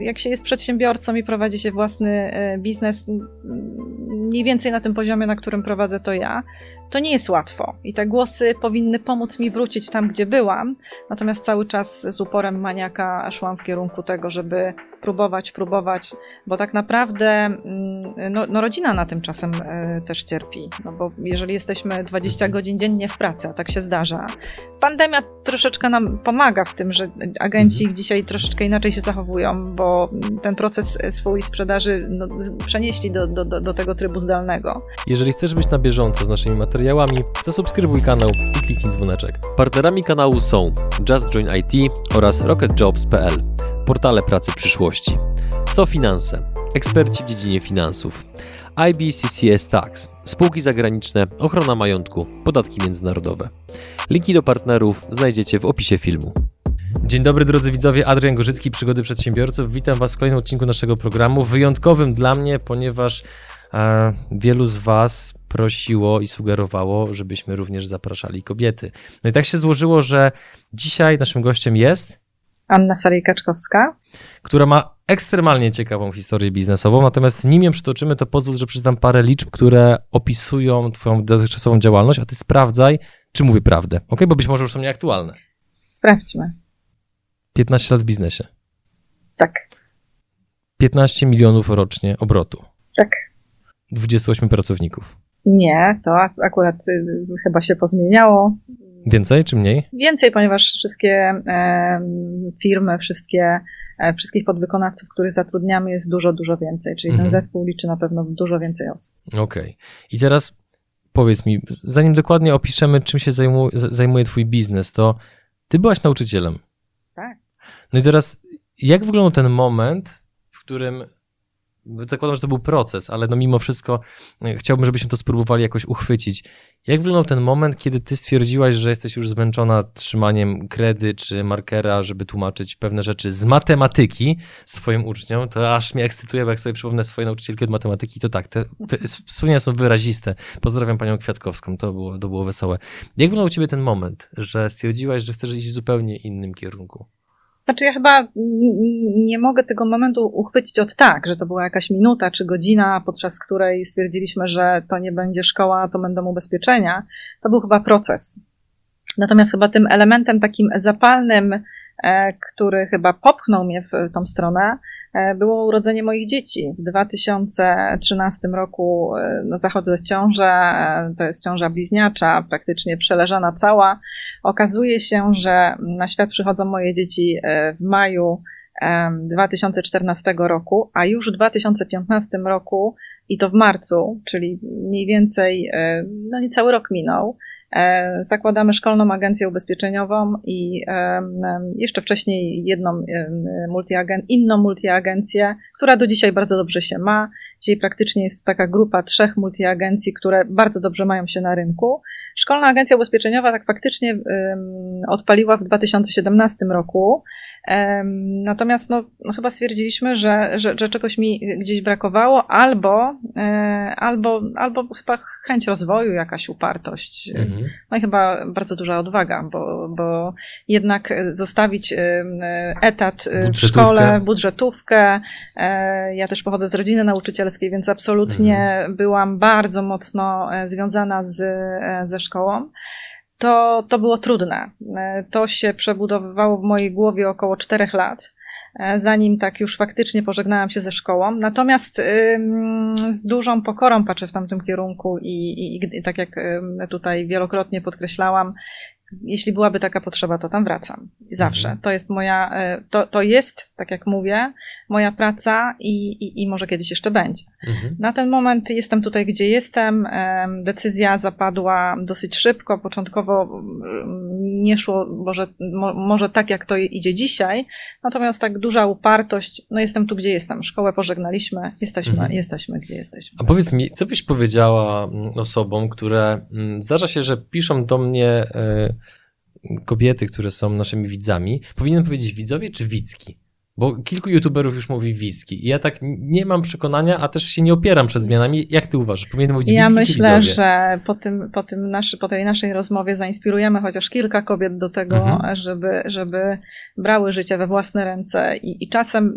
jak się jest przedsiębiorcą i prowadzi się własny biznes, mniej więcej na tym poziomie, na którym prowadzę to ja, to nie jest łatwo. I te głosy powinny pomóc mi wrócić tam, gdzie byłam, natomiast cały czas z uporem maniaka szłam w kierunku tego, żeby próbować, bo tak naprawdę rodzina na tym czasem też cierpi, no bo jeżeli jesteśmy 20 godzin dziennie w pracy, a tak się zdarza, pandemia troszeczkę nam pomaga w tym, że agenci dzisiaj troszeczkę inaczej się zachowują, bo ten proces swój sprzedaży przenieśli do tego trybu zdalnego. Jeżeli chcesz być na bieżąco z naszymi materiałami, zasubskrybuj kanał i kliknij dzwoneczek. Partnerami kanału są Just Join IT oraz RocketJobs.pl, portale pracy przyszłości, SoFinanse, eksperci w dziedzinie finansów, IBCCS Tax, spółki zagraniczne, ochrona majątku, podatki międzynarodowe. Linki do partnerów znajdziecie w opisie filmu. Dzień dobry drodzy widzowie, Adrian Gorzycki, Przygody Przedsiębiorców. Witam Was w kolejnym odcinku naszego programu, wyjątkowym dla mnie, ponieważ wielu z Was prosiło i sugerowało, żebyśmy również zapraszali kobiety. No i tak się złożyło, że dzisiaj naszym gościem jest Anna Sarej-Kaczkowska, która ma ekstremalnie ciekawą historię biznesową, natomiast nim ją przytoczymy, to pozwól, że przeczytam parę liczb, które opisują Twoją dotychczasową działalność, a Ty sprawdzaj, czy mówię prawdę, ok? Bo być może już są nieaktualne. Sprawdźmy. 15 lat w biznesie. Tak. 15 milionów rocznie obrotu. Tak. 28 pracowników. Nie, to akurat chyba się pozmieniało. Więcej czy mniej? Więcej, ponieważ wszystkie firmy, wszystkich podwykonawców, których zatrudniamy, jest dużo więcej. Czyli ten zespół liczy na pewno dużo więcej osób. Okej. I teraz powiedz mi, zanim dokładnie opiszemy, czym się zajmuje Twój biznes, to Ty byłaś nauczycielem. Tak. No i teraz, jak wyglądał ten moment, w którym, zakładam, że to był proces, ale no mimo wszystko chciałbym, żebyśmy to spróbowali jakoś uchwycić. Jak wyglądał ten moment, kiedy ty stwierdziłaś, że jesteś już zmęczona trzymaniem kredy czy markera, żeby tłumaczyć pewne rzeczy z matematyki swoim uczniom? To aż mnie ekscytuje, bo jak sobie przypomnę swoje nauczycielki od matematyki, to tak, te wspomnienia są wyraziste. Pozdrawiam panią Kwiatkowską, to było wesołe. Jak wyglądał u ciebie ten moment, że stwierdziłaś, że chcesz iść w zupełnie innym kierunku? Znaczy ja chyba nie mogę tego momentu uchwycić od tak, że to była jakaś minuta czy godzina, podczas której stwierdziliśmy, że to nie będzie szkoła, to będą ubezpieczenia. To był chyba proces. Natomiast chyba tym elementem takim zapalnym, który chyba popchnął mnie w tą stronę, było urodzenie moich dzieci. W 2013 roku zachodzę w ciążę, to jest ciąża bliźniacza, praktycznie przeleżana cała. Okazuje się, że na świat przychodzą moje dzieci w maju 2014 roku, a już w 2015 roku i to w marcu, czyli mniej więcej, niecały rok minął, zakładamy szkolną agencję ubezpieczeniową i jeszcze wcześniej inną multiagencję, która do dzisiaj bardzo dobrze się ma. Dzisiaj praktycznie jest to taka grupa 3 multiagencji, które bardzo dobrze mają się na rynku. Szkolna agencja ubezpieczeniowa tak faktycznie odpaliła w 2017 roku. Natomiast chyba stwierdziliśmy, że czegoś mi gdzieś brakowało, albo chyba chęć rozwoju, jakaś upartość. No i chyba bardzo duża odwaga, bo jednak zostawić etat w szkole, budżetówkę. Ja też pochodzę z rodziny nauczycielskiej, więc absolutnie byłam bardzo mocno związana ze szkołą. To było trudne. To się przebudowywało w mojej głowie około 4 lat, zanim tak już faktycznie pożegnałam się ze szkołą. Natomiast z dużą pokorą patrzę w tamtym kierunku i tak jak tutaj wielokrotnie podkreślałam, jeśli byłaby taka potrzeba, to tam wracam. Zawsze. To jest to jest, tak jak mówię, moja praca i może kiedyś jeszcze będzie. Na ten moment jestem tutaj, gdzie jestem. Decyzja zapadła dosyć szybko. Początkowo nie szło może tak, jak to idzie dzisiaj. Natomiast tak duża upartość. Jestem tu, gdzie jestem. Szkołę pożegnaliśmy. Jesteśmy, gdzie jesteśmy. A powiedz mi, co byś powiedziała osobom, które zdarza się, że piszą do mnie kobiety, które są naszymi widzami. Powinienem powiedzieć widzowie czy widzki? Bo kilku youtuberów już mówi widzki. I ja tak nie mam przekonania, a też się nie opieram przed zmianami. Jak ty uważasz? Powinienem mówić widzki czy widzowie? Ja myślę, że po tej naszej rozmowie zainspirujemy chociaż kilka kobiet do tego, żeby brały życie we własne ręce i czasem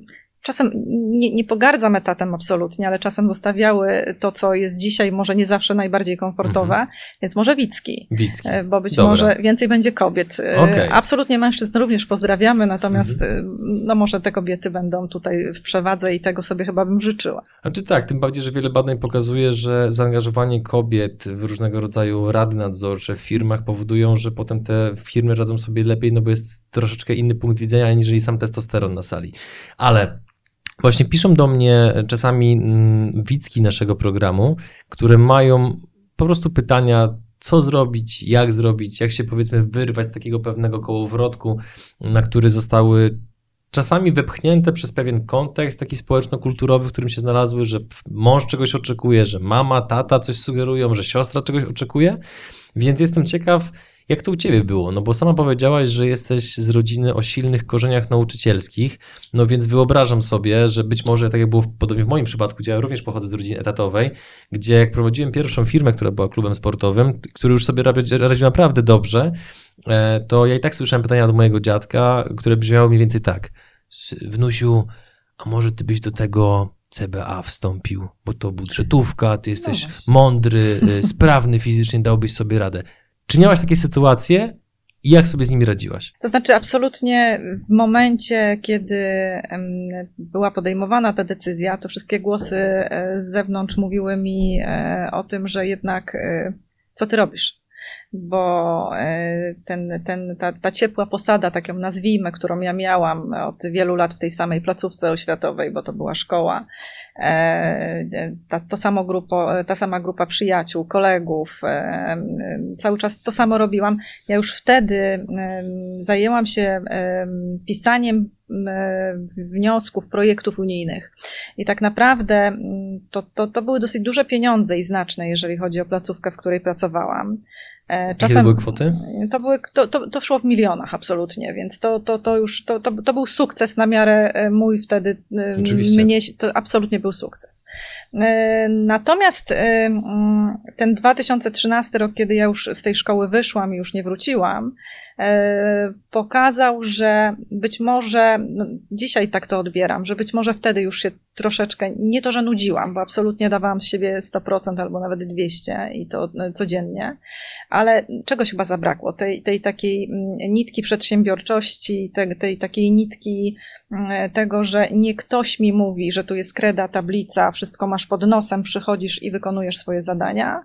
czasem nie pogardzam etatem absolutnie, ale czasem zostawiały to, co jest dzisiaj może nie zawsze najbardziej komfortowe, więc może Wicki. Bo być może więcej będzie kobiet. Okay. Absolutnie mężczyzn również pozdrawiamy, natomiast no może te kobiety będą tutaj w przewadze i tego sobie chyba bym życzyła. Znaczy tak, tym bardziej, że wiele badań pokazuje, że zaangażowanie kobiet w różnego rodzaju rady nadzorcze w firmach powodują, że potem te firmy radzą sobie lepiej, no bo jest troszeczkę inny punkt widzenia, aniżeli sam testosteron na sali. Ale właśnie piszą do mnie czasami widzki naszego programu, które mają po prostu pytania, co zrobić, jak się powiedzmy wyrwać z takiego pewnego kołowrotku, na który zostały czasami wepchnięte przez pewien kontekst taki społeczno-kulturowy, w którym się znalazły, że mąż czegoś oczekuje, że mama, tata coś sugerują, że siostra czegoś oczekuje, więc jestem ciekaw, jak to u ciebie było? No bo sama powiedziałaś, że jesteś z rodziny o silnych korzeniach nauczycielskich, no więc wyobrażam sobie, że być może, tak jak było podobnie w moim przypadku, gdzie ja również pochodzę z rodziny etatowej, gdzie jak prowadziłem pierwszą firmę, która była klubem sportowym, który już sobie radził naprawdę dobrze, to ja i tak słyszałem pytania od mojego dziadka, które brzmiały mniej więcej tak: wnusiu, a może ty byś do tego CBA wstąpił, bo to budżetówka, ty jesteś mądry, sprawny fizycznie, dałbyś sobie radę. Czy miałaś takie sytuacje i jak sobie z nimi radziłaś? To znaczy absolutnie w momencie, kiedy była podejmowana ta decyzja, to wszystkie głosy z zewnątrz mówiły mi o tym, że jednak co ty robisz? Bo ta ciepła posada, tak ją nazwijmy, którą ja miałam od wielu lat w tej samej placówce oświatowej, bo to była szkoła, ta sama grupa przyjaciół, kolegów, cały czas to samo robiłam. Ja już wtedy zajęłam się pisaniem wniosków, projektów unijnych. I tak naprawdę to były dosyć duże pieniądze i znaczne, jeżeli chodzi o placówkę, w której pracowałam. Jakie to były kwoty? To szło w milionach absolutnie, więc to był sukces na miarę mój wtedy. Mnie, to absolutnie był sukces. Natomiast ten 2013 rok, kiedy ja już z tej szkoły wyszłam i już nie wróciłam, pokazał, że być może, dzisiaj tak to odbieram, że być może wtedy już się troszeczkę, nie to, że nudziłam, bo absolutnie dawałam z siebie 100% albo nawet 200% i to codziennie, ale czegoś chyba zabrakło, tej takiej nitki przedsiębiorczości, tej takiej nitki tego, że nie ktoś mi mówi, że tu jest kreda, tablica, wszystko masz pod nosem, przychodzisz i wykonujesz swoje zadania,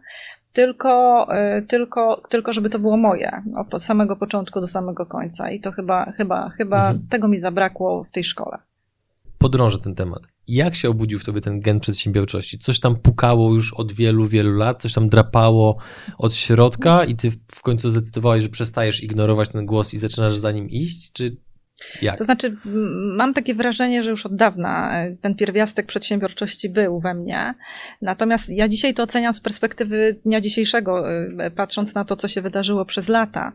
tylko żeby to było moje, od samego początku do samego końca. I to chyba tego mi zabrakło w tej szkole. Podrążę ten temat. Jak się obudził w tobie ten gen przedsiębiorczości? Coś tam pukało już od wielu, wielu lat, coś tam drapało od środka i ty w końcu zdecydowałeś, że przestajesz ignorować ten głos i zaczynasz za nim iść? Czy jak? To znaczy, mam takie wrażenie, że już od dawna ten pierwiastek przedsiębiorczości był we mnie. Natomiast ja dzisiaj to oceniam z perspektywy dnia dzisiejszego, patrząc na to, co się wydarzyło przez lata.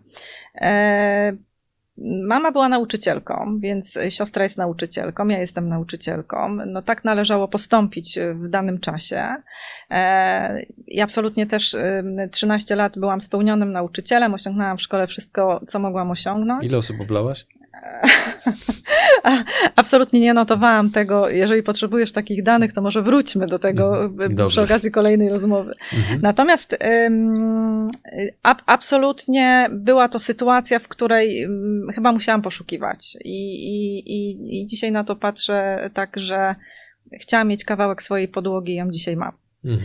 Mama była nauczycielką, więc siostra jest nauczycielką, ja jestem nauczycielką. No tak należało postąpić w danym czasie. I absolutnie też 13 lat byłam spełnionym nauczycielem, osiągnęłam w szkole wszystko, co mogłam osiągnąć. Ile osób oblałaś? Absolutnie nie notowałam tego. Jeżeli potrzebujesz takich danych, to może wróćmy do tego przy okazji kolejnej rozmowy. Natomiast absolutnie była to sytuacja, w której chyba musiałam poszukiwać. I dzisiaj na to patrzę tak, że chciałam mieć kawałek swojej podłogi i ją dzisiaj mam.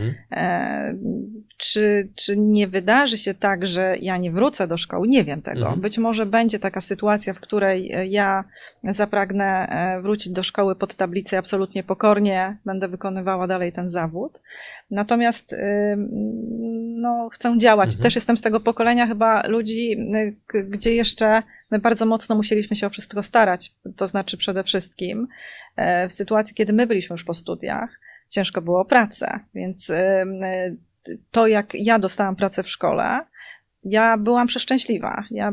Czy nie wydarzy się tak, że ja nie wrócę do szkoły? Nie wiem tego. Być może będzie taka sytuacja, w której ja zapragnę wrócić do szkoły pod tablicę absolutnie pokornie, będę wykonywała dalej ten zawód. Natomiast chcę działać. Też jestem z tego pokolenia chyba ludzi, gdzie jeszcze my bardzo mocno musieliśmy się o wszystko starać. To znaczy przede wszystkim w sytuacji, kiedy my byliśmy już po studiach, ciężko było o pracę, więc to jak ja dostałam pracę w szkole, Ja byłam przeszczęśliwa. Ja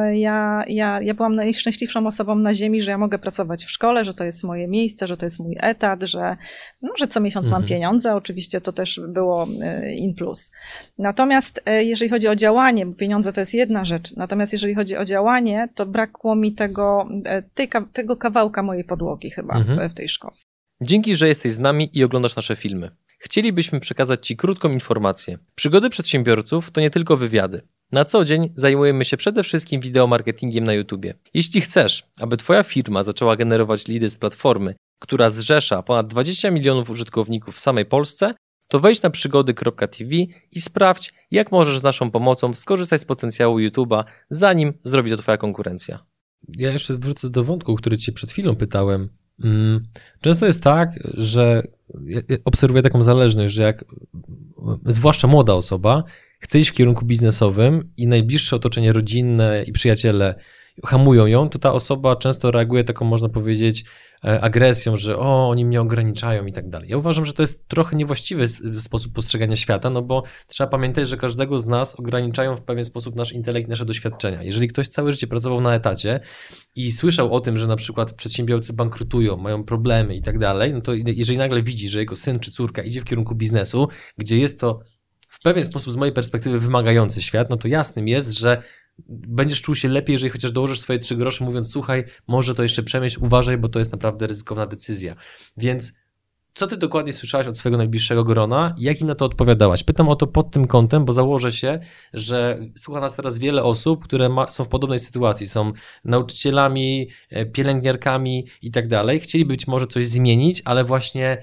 byłam najszczęśliwszą osobą na ziemi, że ja mogę pracować w szkole, że to jest moje miejsce, że to jest mój etat, że co miesiąc mam pieniądze. Oczywiście to też było in plus. Natomiast jeżeli chodzi o działanie, bo pieniądze to jest jedna rzecz, natomiast jeżeli chodzi o działanie, to brakło mi tego kawałka mojej podłogi chyba w tej szkole. Dzięki, że jesteś z nami i oglądasz nasze filmy. Chcielibyśmy przekazać Ci krótką informację. Przygody przedsiębiorców to nie tylko wywiady. Na co dzień zajmujemy się przede wszystkim wideomarketingiem na YouTubie. Jeśli chcesz, aby Twoja firma zaczęła generować lidy z platformy, która zrzesza ponad 20 milionów użytkowników w samej Polsce, to wejdź na przygody.tv i sprawdź, jak możesz z naszą pomocą skorzystać z potencjału YouTube'a, zanim zrobi to Twoja konkurencja. Ja jeszcze wrócę do wątku, który Cię przed chwilą pytałem. Często jest tak, że obserwuję taką zależność, że jak zwłaszcza młoda osoba chce iść w kierunku biznesowym i najbliższe otoczenie rodzinne i przyjaciele hamują ją, to ta osoba często reaguje taką, można powiedzieć, agresją, że oni mnie ograniczają i tak dalej. Ja uważam, że to jest trochę niewłaściwy sposób postrzegania świata, no bo trzeba pamiętać, że każdego z nas ograniczają w pewien sposób nasz intelekt, nasze doświadczenia. Jeżeli ktoś całe życie pracował na etacie i słyszał o tym, że na przykład przedsiębiorcy bankrutują, mają problemy i tak dalej, no to jeżeli nagle widzi, że jego syn czy córka idzie w kierunku biznesu, gdzie jest to w pewien sposób z mojej perspektywy wymagający świat, no to jasnym jest, że będziesz czuł się lepiej, jeżeli chociaż dołożysz swoje 3 grosze, mówiąc, słuchaj, może to jeszcze przemyśl, uważaj, bo to jest naprawdę ryzykowna decyzja. Więc co ty dokładnie słyszałaś od swojego najbliższego grona i jak im na to odpowiadałaś? Pytam o to pod tym kątem, bo założę się, że słucha nas teraz wiele osób, które są w podobnej sytuacji, są nauczycielami, pielęgniarkami i tak dalej. Chcieli być może coś zmienić, ale właśnie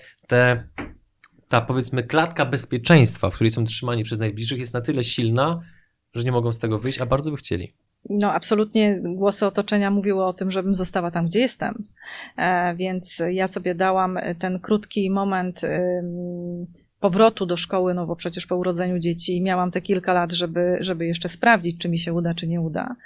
ta powiedzmy klatka bezpieczeństwa, w której są trzymani przez najbliższych, jest na tyle silna, że nie mogą z tego wyjść, a bardzo by chcieli. No absolutnie głosy otoczenia mówiły o tym, żebym została tam, gdzie jestem. Więc ja sobie dałam ten krótki moment powrotu do szkoły, no bo przecież po urodzeniu dzieci miałam te kilka lat, żeby jeszcze sprawdzić, czy mi się uda, czy nie uda.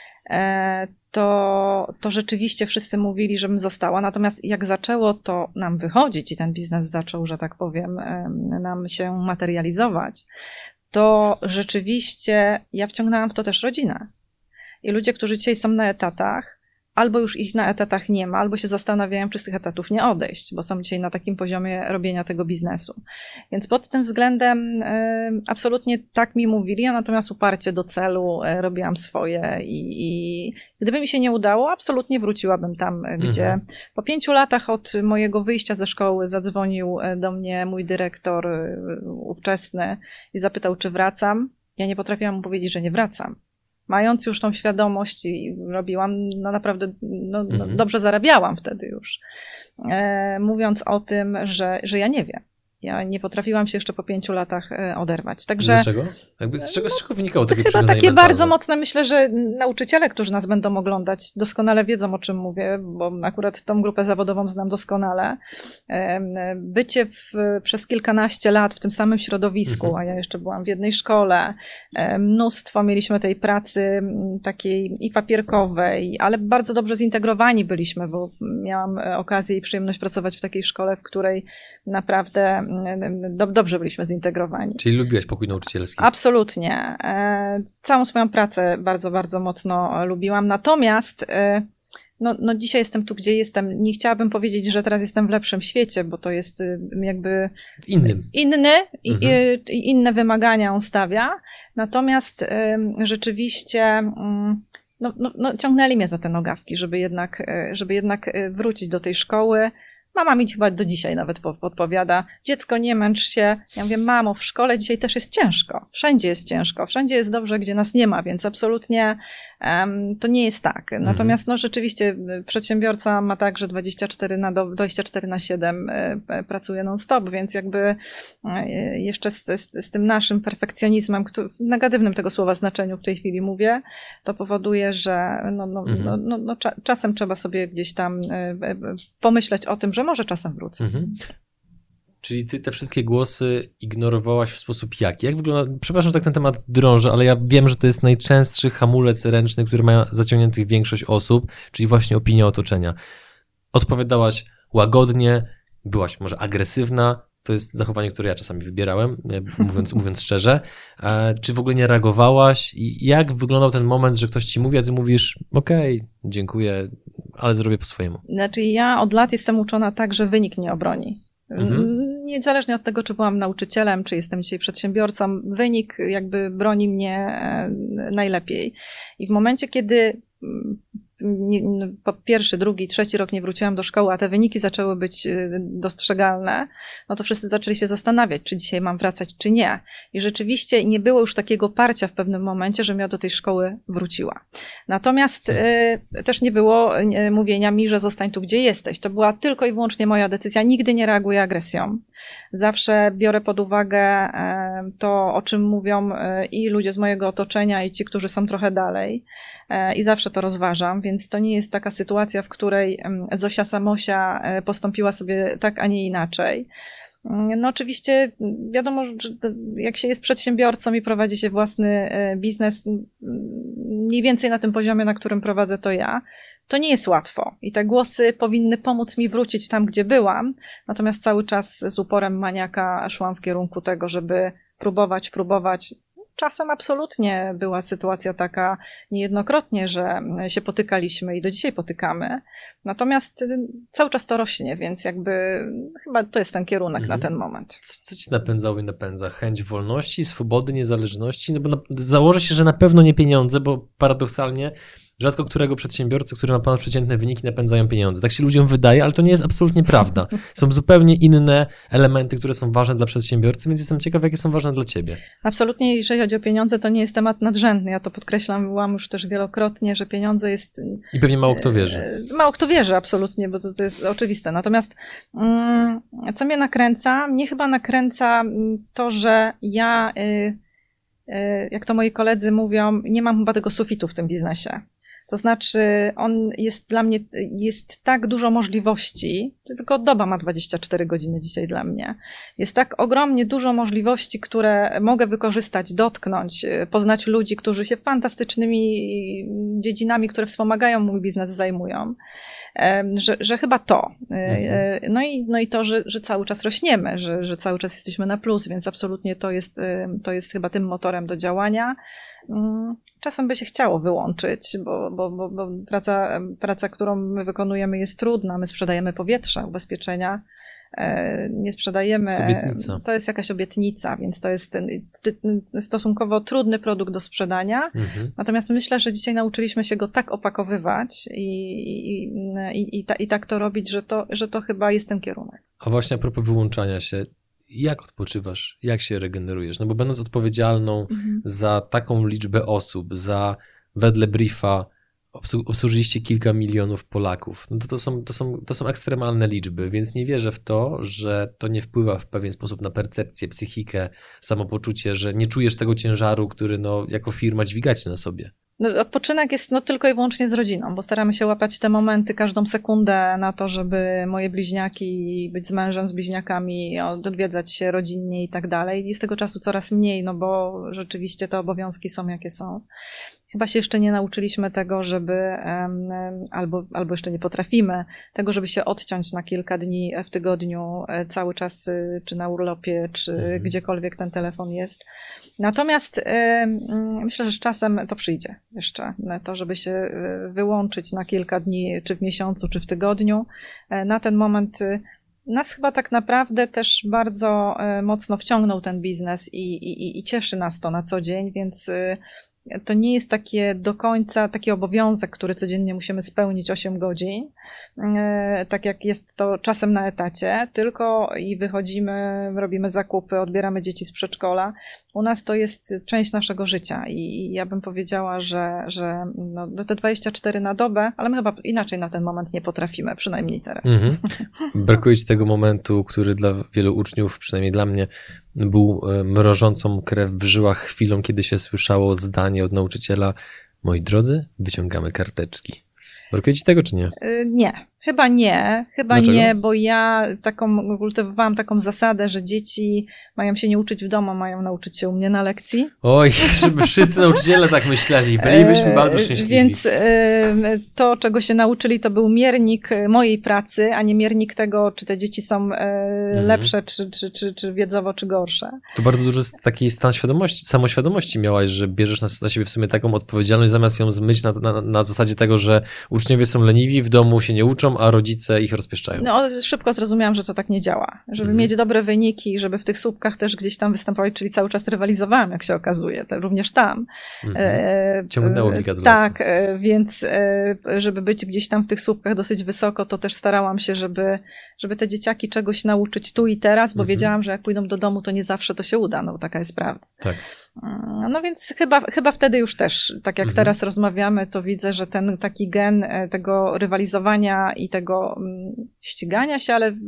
To rzeczywiście wszyscy mówili, żebym została. Natomiast jak zaczęło to nam wychodzić i ten biznes zaczął, że tak powiem, nam się materializować, to rzeczywiście ja wciągnęłam w to też rodzinę. I ludzie, którzy dzisiaj są na etatach, albo już ich na etatach nie ma, albo się zastanawiają, czy z tych etatów nie odejść, bo są dzisiaj na takim poziomie robienia tego biznesu. Więc pod tym względem absolutnie tak mi mówili, a natomiast uparcie do celu robiłam swoje i gdyby mi się nie udało, absolutnie wróciłabym tam, gdzie po 5 latach od mojego wyjścia ze szkoły zadzwonił do mnie mój dyrektor ówczesny i zapytał, czy wracam. Ja nie potrafiłam mu powiedzieć, że nie wracam. Mając już tą świadomość i robiłam, no naprawdę dobrze zarabiałam wtedy już. Mówiąc o tym, że ja nie wiem. Ja nie potrafiłam się jeszcze po 5 latach oderwać. Także, dlaczego? Z czego wynikało takie chyba takie bardzo mocne, myślę, że nauczyciele, którzy nas będą oglądać, doskonale wiedzą, o czym mówię, bo akurat tą grupę zawodową znam doskonale. Bycie przez kilkanaście lat w tym samym środowisku, a ja jeszcze byłam w jednej szkole, mnóstwo mieliśmy tej pracy takiej i papierkowej, ale bardzo dobrze zintegrowani byliśmy, bo miałam okazję i przyjemność pracować w takiej szkole, w której naprawdę dobrze byliśmy zintegrowani. Czyli lubiłaś pokój nauczycielski? Absolutnie. Całą swoją pracę bardzo, bardzo mocno lubiłam. Natomiast no dzisiaj jestem tu, gdzie jestem. Nie chciałabym powiedzieć, że teraz jestem w lepszym świecie, bo to jest jakby inne wymagania on stawia. Natomiast rzeczywiście ciągnęli mnie za te nogawki, żeby jednak wrócić do tej szkoły. Mama mi chyba do dzisiaj nawet podpowiada, dziecko, nie męcz się. Ja mówię, mamo, w szkole dzisiaj też jest ciężko. Wszędzie jest ciężko. Wszędzie jest dobrze, gdzie nas nie ma, więc absolutnie to nie jest tak. Natomiast rzeczywiście przedsiębiorca ma tak, że 24/7 pracuje non-stop, więc jakby jeszcze z tym naszym perfekcjonizmem, w negatywnym tego słowa znaczeniu w tej chwili mówię, to powoduje, że czasem trzeba sobie gdzieś tam pomyśleć o tym, że może czasem wrócę. Czyli ty te wszystkie głosy ignorowałaś w sposób jaki? Jak wygląda, przepraszam, że tak ten temat drążę, ale ja wiem, że to jest najczęstszy hamulec ręczny, który ma zaciągniętych większość osób, czyli właśnie opinia otoczenia. Odpowiadałaś łagodnie, byłaś może agresywna, to jest zachowanie, które ja czasami wybierałem, mówiąc szczerze. Czy w ogóle nie reagowałaś i jak wyglądał ten moment, że ktoś ci mówi, a ty mówisz, okej, dziękuję, ale zrobię po swojemu? Znaczy ja od lat jestem uczona tak, że wynik mnie obroni. Niezależnie od tego, czy byłam nauczycielem, czy jestem dzisiaj przedsiębiorcą, wynik jakby broni mnie najlepiej. I w momencie, kiedy po pierwszy, drugi, trzeci rok nie wróciłam do szkoły, a te wyniki zaczęły być dostrzegalne, no to wszyscy zaczęli się zastanawiać, czy dzisiaj mam wracać, czy nie. I rzeczywiście nie było już takiego parcia w pewnym momencie, żebym ja do tej szkoły wróciła. Natomiast też nie było mówienia mi, że zostań tu, gdzie jesteś. To była tylko i wyłącznie moja decyzja. Nigdy nie reaguję agresją. Zawsze biorę pod uwagę to, o czym mówią i ludzie z mojego otoczenia, i ci, którzy są trochę dalej. I zawsze to rozważam, więc to nie jest taka sytuacja, w której Zosia Samosia postąpiła sobie tak, a nie inaczej. No oczywiście wiadomo, że jak się jest przedsiębiorcą i prowadzi się własny biznes, mniej więcej na tym poziomie, na którym prowadzę to ja, to nie jest łatwo i te głosy powinny pomóc mi wrócić tam, gdzie byłam, natomiast cały czas z uporem maniaka szłam w kierunku tego, żeby próbować. Czasem absolutnie była sytuacja taka niejednokrotnie, że się potykaliśmy i do dzisiaj potykamy. Natomiast cały czas to rośnie, więc jakby chyba to jest ten kierunek na ten moment. Co ci napędzało i napędza? Chęć wolności, swobody, niezależności? No bo założę się, że na pewno nie pieniądze, bo paradoksalnie rzadko którego przedsiębiorcy, który ma ponadprzeciętne wyniki, napędzają pieniądze. Tak się ludziom wydaje, ale to nie jest absolutnie prawda. Są zupełnie inne elementy, które są ważne dla przedsiębiorcy, więc jestem ciekaw, jakie są ważne dla ciebie. Absolutnie, jeżeli chodzi o pieniądze, to nie jest temat nadrzędny. Ja to podkreślam już też wielokrotnie, że pieniądze jest... I pewnie mało kto wierzy. Mało kto wierzy, absolutnie, bo to jest oczywiste. Natomiast co mnie nakręca? Mnie chyba nakręca to, że ja, jak to moi koledzy mówią, nie mam chyba tego sufitu w tym biznesie. To znaczy, on jest dla mnie, jest tak dużo możliwości, tylko doba ma 24 godziny dzisiaj dla mnie. Jest tak ogromnie dużo możliwości, które mogę wykorzystać, dotknąć, poznać ludzi, którzy się fantastycznymi dziedzinami, które wspomagają mój biznes, zajmują. Że chyba to. No i to, że cały czas rośniemy, że cały czas jesteśmy na plus, więc absolutnie to jest chyba tym motorem do działania. Czasem by się chciało wyłączyć, bo praca, którą my wykonujemy, jest trudna. My sprzedajemy powietrze, ubezpieczenia. Nie sprzedajemy. To jest jakaś obietnica, więc to jest stosunkowo trudny produkt do sprzedania. Natomiast myślę, że dzisiaj nauczyliśmy się go tak opakowywać i tak to robić, że to chyba jest ten kierunek. A właśnie a propos wyłączania się, jak odpoczywasz? Jak się regenerujesz? No bo będąc odpowiedzialną za taką liczbę osób, za wedle briefa obsłużyliście kilka milionów Polaków. No to są ekstremalne liczby, więc nie wierzę w to, że to nie wpływa w pewien sposób na percepcję, psychikę, samopoczucie, że nie czujesz tego ciężaru, który jako firma dźwigacie na sobie. No, odpoczynek jest tylko i wyłącznie z rodziną, bo staramy się łapać te momenty, każdą sekundę na to, żeby moje bliźniaki, być z mężem, z bliźniakami, odwiedzać się rodzinnie i tak dalej. Jest tego czasu coraz mniej, no bo rzeczywiście te obowiązki są jakie są. Chyba się jeszcze nie nauczyliśmy tego, żeby, albo jeszcze nie potrafimy, tego, żeby się odciąć na kilka dni w tygodniu, cały czas, czy na urlopie, czy gdziekolwiek ten telefon jest. Natomiast myślę, że z czasem to przyjdzie jeszcze, to, żeby się wyłączyć na kilka dni, czy w miesiącu, czy w tygodniu. Na ten moment nas chyba tak naprawdę też bardzo mocno wciągnął ten biznes i cieszy nas to na co dzień, więc to nie jest takie do końca taki obowiązek, który codziennie musimy spełnić 8 godzin, tak jak jest to czasem na etacie, tylko i wychodzimy, robimy zakupy, odbieramy dzieci z przedszkola. U nas to jest część naszego życia i ja bym powiedziała, że no, te 24 na dobę, ale my chyba inaczej na ten moment nie potrafimy, przynajmniej teraz. Brakuje ci tego momentu, który dla wielu uczniów, przynajmniej dla mnie, był mrożącą krew w żyłach chwilą, kiedy się słyszało zdanie od nauczyciela: moi drodzy, wyciągamy karteczki. Brakuje ci tego, czy nie? Nie. Chyba nie, Dlaczego? nie, bo ja kultywowałam taką zasadę, że dzieci mają się nie uczyć w domu, mają nauczyć się u mnie na lekcji. Oj, żeby wszyscy nauczyciele tak myśleli, bylibyśmy bardzo szczęśliwi. Więc to, czego się nauczyli, to był miernik mojej pracy, a nie miernik tego, czy te dzieci są lepsze, czy wiedzowo, czy gorsze. To bardzo dużo takiej samoświadomości miałaś, że bierzesz na siebie w sumie taką odpowiedzialność, zamiast ją zmyć na zasadzie tego, że uczniowie są leniwi, w domu się nie uczą, a rodzice ich rozpieszczają. No, szybko zrozumiałam, że to tak nie działa. Żeby mieć dobre wyniki, żeby w tych słupkach też gdzieś tam występować, czyli cały czas rywalizowałam, jak się okazuje, również tam. Ciągnęło wilka do lasu. Tak, więc żeby być gdzieś tam w tych słupkach dosyć wysoko, to też starałam się, żeby te dzieciaki czegoś nauczyć tu i teraz, bo wiedziałam, że jak pójdą do domu, to nie zawsze to się uda, no taka jest prawda. Tak. No więc chyba wtedy już też, tak jak teraz rozmawiamy, to widzę, że ten taki gen tego rywalizowania i tego ścigania się, ale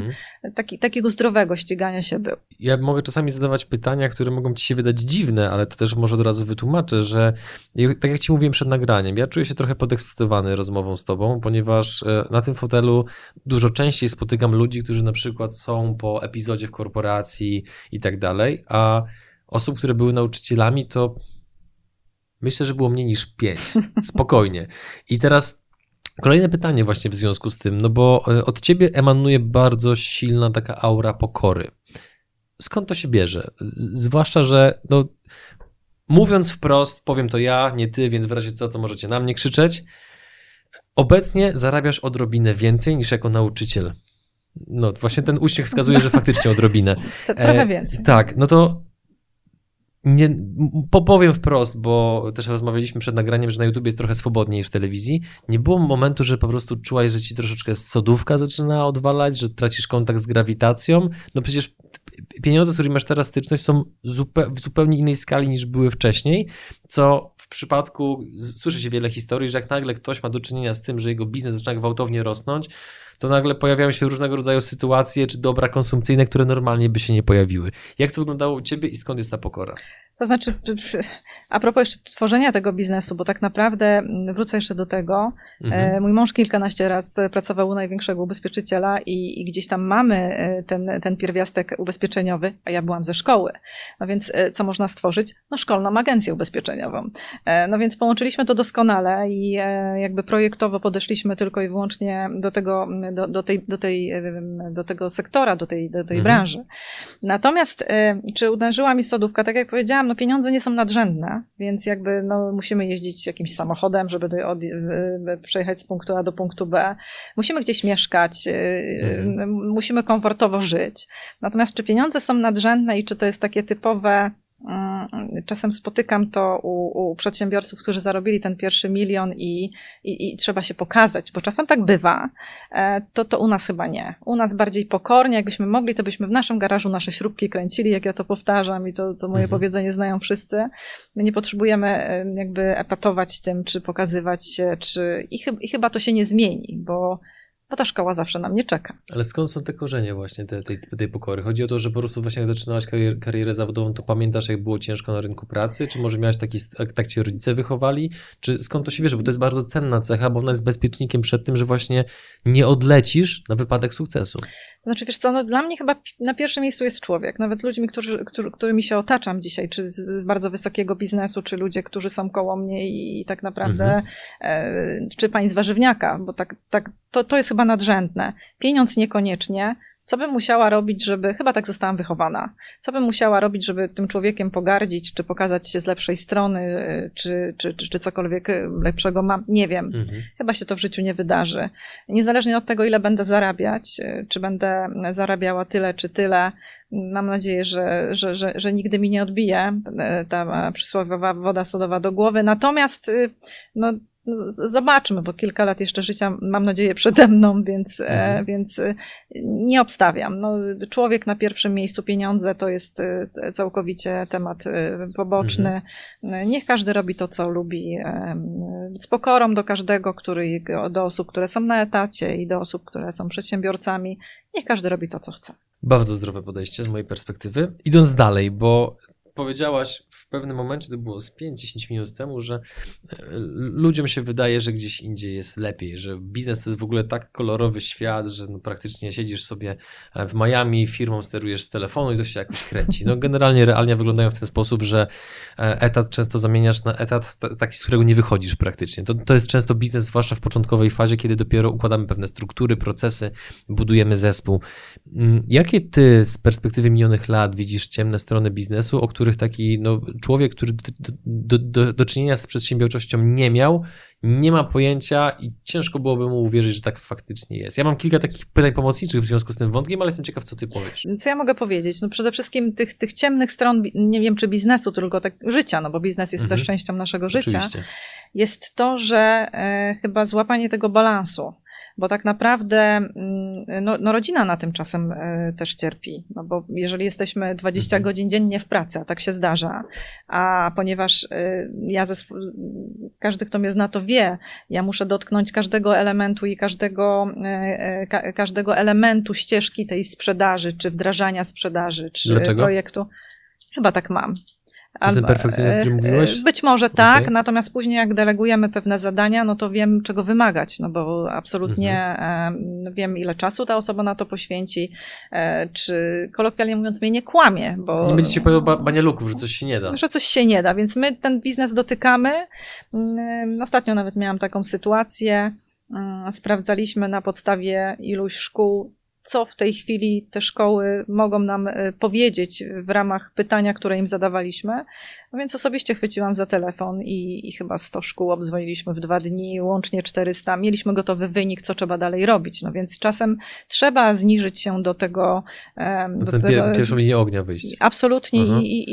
takiego zdrowego ścigania się był. Ja mogę czasami zadawać pytania, które mogą ci się wydać dziwne, ale to też może od razu wytłumaczę, że tak jak ci mówiłem przed nagraniem, ja czuję się trochę podekscytowany rozmową z tobą, ponieważ na tym fotelu dużo częściej spotykam ludzi, którzy na przykład są po epizodzie w korporacji i tak dalej, a osób, które były nauczycielami, to myślę, że było mniej niż 5. Spokojnie. I teraz kolejne pytanie właśnie w związku z tym, no bo od ciebie emanuje bardzo silna taka aura pokory. Skąd to się bierze? Zwłaszcza, że no, mówiąc wprost, powiem to ja, nie ty, więc w razie co, to możecie na mnie krzyczeć. Obecnie zarabiasz odrobinę więcej niż jako nauczyciel. No właśnie ten uśmiech wskazuje, że faktycznie odrobinę. Trochę więcej. Tak, no to nie, powiem wprost, bo też rozmawialiśmy przed nagraniem, że na YouTube jest trochę swobodniej niż w telewizji. Nie było momentu, że po prostu czułaś, że ci troszeczkę sodówka zaczyna odwalać, że tracisz kontakt z grawitacją? No przecież pieniądze, z którymi masz teraz styczność, są w zupełnie innej skali niż były wcześniej, co w przypadku, słyszy się wiele historii, że jak nagle ktoś ma do czynienia z tym, że jego biznes zaczyna gwałtownie rosnąć, to nagle pojawiają się różnego rodzaju sytuacje czy dobra konsumpcyjne, które normalnie by się nie pojawiły. Jak to wyglądało u ciebie i skąd jest ta pokora? To znaczy, a propos jeszcze tworzenia tego biznesu, bo tak naprawdę wrócę jeszcze do tego. Mój mąż kilkanaście lat pracował u największego ubezpieczyciela i gdzieś tam mamy ten pierwiastek ubezpieczeniowy, a ja byłam ze szkoły. No więc co można stworzyć? No szkolną agencję ubezpieczeniową. No więc połączyliśmy to doskonale i jakby projektowo podeszliśmy tylko i wyłącznie do tego sektora, do tej branży. Natomiast czy uderzyła mi sodówka? Tak jak powiedziałam, no pieniądze nie są nadrzędne, więc jakby no musimy jeździć jakimś samochodem, żeby przejechać z punktu A do punktu B. Musimy gdzieś mieszkać, musimy komfortowo żyć. Natomiast czy pieniądze są nadrzędne i czy to jest takie typowe, czasem spotykam to u przedsiębiorców, którzy zarobili ten pierwszy milion i trzeba się pokazać, bo czasem tak bywa, to u nas chyba nie. U nas bardziej pokornie, jakbyśmy mogli, to byśmy w naszym garażu nasze śrubki kręcili, jak ja to powtarzam i to moje powiedzenie znają wszyscy. My nie potrzebujemy jakby epatować tym, czy pokazywać się, i chyba to się nie zmieni, bo ta szkoła zawsze na mnie czeka. Ale skąd są te korzenie właśnie tej pokory? Chodzi o to, że po prostu właśnie jak zaczynałaś karierę zawodową, to pamiętasz, jak było ciężko na rynku pracy? Czy może miałaś tak cię rodzice wychowali? Czy skąd to się bierze? Bo to jest bardzo cenna cecha, bo ona jest bezpiecznikiem przed tym, że właśnie nie odlecisz na wypadek sukcesu. To znaczy, wiesz co, no dla mnie chyba na pierwszym miejscu jest człowiek. Nawet ludźmi, którymi się otaczam dzisiaj, czy z bardzo wysokiego biznesu, czy ludzie, którzy są koło mnie i tak naprawdę, czy pani z warzywniaka, bo to jest chyba nadrzędne. Pieniądz niekoniecznie. Co bym musiała robić, chyba tak zostałam wychowana, co bym musiała robić, żeby tym człowiekiem pogardzić, czy pokazać się z lepszej strony, czy cokolwiek lepszego mam, nie wiem. Chyba się to w życiu nie wydarzy. Niezależnie od tego, ile będę zarabiać, czy będę zarabiała tyle, czy tyle, mam nadzieję, że nigdy mi nie odbije ta przysłowiowa woda sodowa do głowy. Natomiast, no, zobaczmy, bo kilka lat jeszcze życia mam nadzieję przede mną, więc nie obstawiam. No, człowiek na pierwszym miejscu, pieniądze to jest całkowicie temat poboczny. Niech każdy robi to, co lubi. Z pokorą do każdego, do osób, które są na etacie i do osób, które są przedsiębiorcami. Niech każdy robi to, co chce. Bardzo zdrowe podejście z mojej perspektywy. Idąc dalej, bo powiedziałaś w pewnym momencie, to było z 5-10 minut temu, że ludziom się wydaje, że gdzieś indziej jest lepiej, że biznes to jest w ogóle tak kolorowy świat, że no praktycznie siedzisz sobie w Miami, firmą sterujesz z telefonu i to się jakoś kręci. No generalnie realia wyglądają w ten sposób, że etat często zamieniasz na etat taki, z którego nie wychodzisz praktycznie. To jest często biznes, zwłaszcza w początkowej fazie, kiedy dopiero układamy pewne struktury, procesy, budujemy zespół. Jakie ty z perspektywy minionych lat widzisz ciemne strony biznesu, o których taki człowiek, który do czynienia z przedsiębiorczością nie miał, nie ma pojęcia i ciężko byłoby mu uwierzyć, że tak faktycznie jest. Ja mam kilka takich pytań pomocniczych w związku z tym wątkiem, ale jestem ciekaw, co ty powiesz. Co ja mogę powiedzieć? No przede wszystkim tych ciemnych stron, nie wiem czy biznesu, tylko tak życia, no bo biznes jest też częścią naszego życia, Oczywiście. jest to, że chyba złapanie tego balansu. Bo tak naprawdę rodzina na tym czasem też cierpi, no bo jeżeli jesteśmy 20 godzin dziennie w pracy, a tak się zdarza, a ponieważ każdy, kto mnie zna, to wie, ja muszę dotknąć każdego elementu i każdego elementu ścieżki tej sprzedaży, czy wdrażania sprzedaży, czy Dlaczego? Projektu. Chyba tak mam. To jest ten perfekcjonizm, o którym mówiłeś? Być może tak, natomiast później jak delegujemy pewne zadania, no to wiem, czego wymagać, no bo absolutnie wiem, ile czasu ta osoba na to poświęci, czy kolokwialnie mówiąc mnie nie kłamie, bo... Nie będzie ci powiedział banialuków, że coś się nie da. Że coś się nie da, więc my ten biznes dotykamy. Ostatnio nawet miałam taką sytuację, sprawdzaliśmy na podstawie iluś szkół, co w tej chwili te szkoły mogą nam powiedzieć w ramach pytania, które im zadawaliśmy. No więc osobiście chwyciłam za telefon i chyba 100 szkół obdzwoniliśmy w 2 dni, łącznie 400. Mieliśmy gotowy wynik, co trzeba dalej robić. No więc czasem trzeba zniżyć się do tego... Pierwszą linię ognia wyjść. Absolutnie.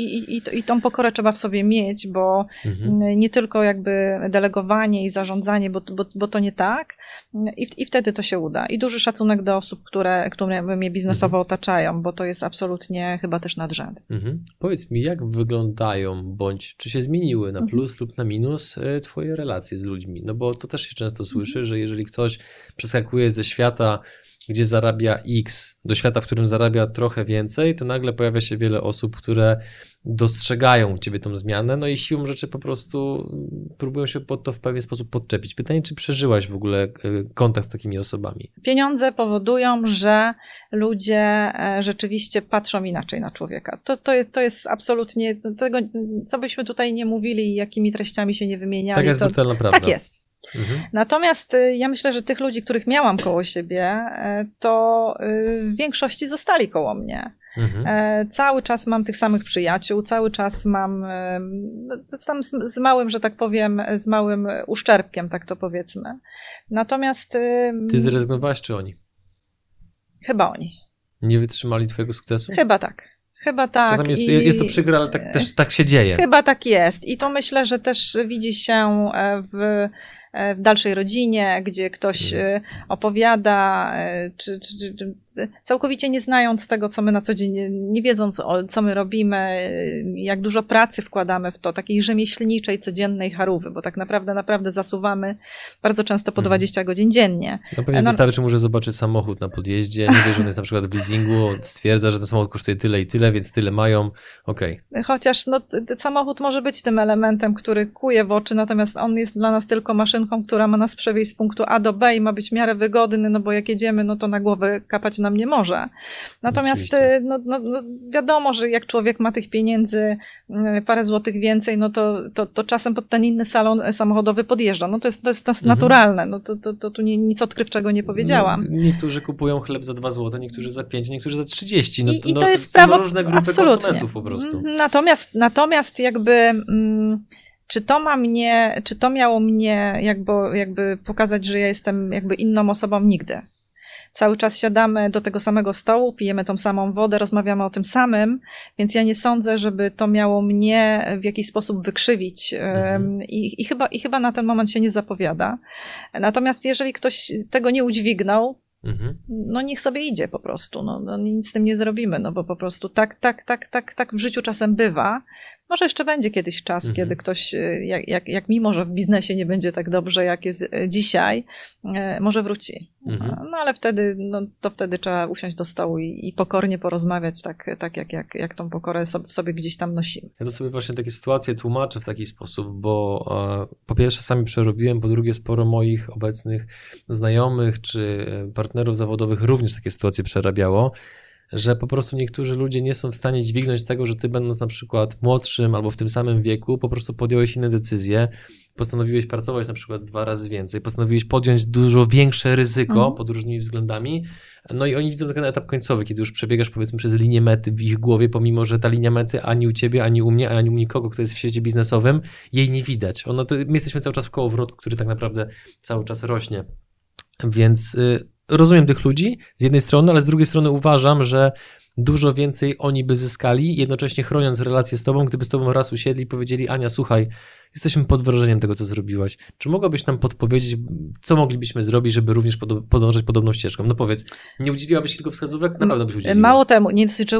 I tą pokorę trzeba w sobie mieć, bo nie tylko jakby delegowanie i zarządzanie, bo to nie tak. I wtedy to się uda. I duży szacunek do osób, które mnie biznesowo otaczają, bo to jest absolutnie chyba też nadrzędne. Powiedz mi, jak wyglądają, bądź czy się zmieniły na plus lub na minus twoje relacje z ludźmi? No bo to też się często słyszy, że jeżeli ktoś przeskakuje ze świata, gdzie zarabia X, do świata, w którym zarabia trochę więcej, to nagle pojawia się wiele osób, które dostrzegają u ciebie tą zmianę, no i siłą rzeczy po prostu próbują się pod to w pewien sposób podczepić. Pytanie, czy przeżyłaś w ogóle kontakt z takimi osobami? Pieniądze powodują, że ludzie rzeczywiście patrzą inaczej na człowieka. To jest absolutnie tego, co byśmy tutaj nie mówili i jakimi treściami się nie wymieniali. Tak jest brutalna prawda. Tak jest. Natomiast ja myślę, że tych ludzi, których miałam koło siebie, to w większości zostali koło mnie. Cały czas mam tych samych przyjaciół, cały czas mam tam z małym, że tak powiem, z małym uszczerbkiem, tak to powiedzmy. Natomiast... Ty zrezygnowałaś, czy oni? Chyba oni. Nie wytrzymali twojego sukcesu? Chyba tak. Czasami jest to przykre, ale też tak się dzieje. Chyba tak jest. I to myślę, że też widzi się w dalszej rodzinie, gdzie ktoś opowiada, czy całkowicie nie znając tego, co my na co dzień, nie wiedząc, co my robimy, jak dużo pracy wkładamy w to, takiej rzemieślniczej, codziennej charówy, bo tak naprawdę zasuwamy bardzo często po 20 godzin dziennie. No pewnie wystarczy mu, że zobaczy samochód na podjeździe, nie wie, że on jest na przykład w leasingu, stwierdza, że ten samochód kosztuje tyle i tyle, więc tyle mają, okej. Chociaż samochód może być tym elementem, który kuje w oczy, natomiast on jest dla nas tylko maszynką, która ma nas przewieźć z punktu A do B i ma być w miarę wygodny, no bo jak jedziemy, no to na głowę kapać nam nie może. Natomiast wiadomo, że jak człowiek ma tych pieniędzy parę złotych więcej, no to czasem pod ten inny salon samochodowy podjeżdża. No to jest naturalne. No to tu nic odkrywczego nie powiedziałam. No, niektórzy kupują chleb za 2 zł, niektórzy za 5, niektórzy za 30. No, I to jest prawo, różne grupy konsumentów po prostu. Natomiast jakby... Czy to miało mnie jakby pokazać, że ja jestem jakby inną osobą? Nigdy. Cały czas siadamy do tego samego stołu, pijemy tą samą wodę, rozmawiamy o tym samym, więc ja nie sądzę, żeby to miało mnie w jakiś sposób wykrzywić i chyba na ten moment się nie zapowiada. Natomiast jeżeli ktoś tego nie udźwignął, no niech sobie idzie po prostu, no nic z tym nie zrobimy, no bo po prostu tak w życiu czasem bywa. Może jeszcze będzie kiedyś czas, kiedy ktoś, jak mimo, że w biznesie nie będzie tak dobrze, jak jest dzisiaj, może wróci. No ale wtedy, to wtedy trzeba usiąść do stołu i pokornie porozmawiać, tak jak tą pokorę w sobie gdzieś tam nosimy. Ja to sobie właśnie takie sytuacje tłumaczę w taki sposób, bo po pierwsze sami przerobiłem, po drugie sporo moich obecnych znajomych czy partnerów zawodowych również takie sytuacje przerabiało, że po prostu niektórzy ludzie nie są w stanie dźwignąć tego, że ty będąc na przykład młodszym albo w tym samym wieku po prostu podjąłeś inne decyzje, postanowiłeś pracować na przykład 2 razy więcej, postanowiłeś podjąć dużo większe ryzyko pod różnymi względami, no i oni widzą ten etap końcowy, kiedy już przebiegasz powiedzmy przez linię mety w ich głowie, pomimo że ta linia mety ani u ciebie, ani u mnie, ani u nikogo, kto jest w świecie biznesowym, jej nie widać. My jesteśmy cały czas w kołowrotku, który tak naprawdę cały czas rośnie. Więc rozumiem tych ludzi z jednej strony, ale z drugiej strony uważam, że dużo więcej oni by zyskali, jednocześnie chroniąc relacje z tobą, gdyby z tobą raz usiedli i powiedzieli: Ania, słuchaj, jesteśmy pod wrażeniem tego, co zrobiłaś. Czy mogłabyś nam podpowiedzieć, co moglibyśmy zrobić, żeby również podążać podobną ścieżką? No powiedz, nie udzieliłabyś tylko wskazówek? Na pewno byś udzieliła. Mało temu,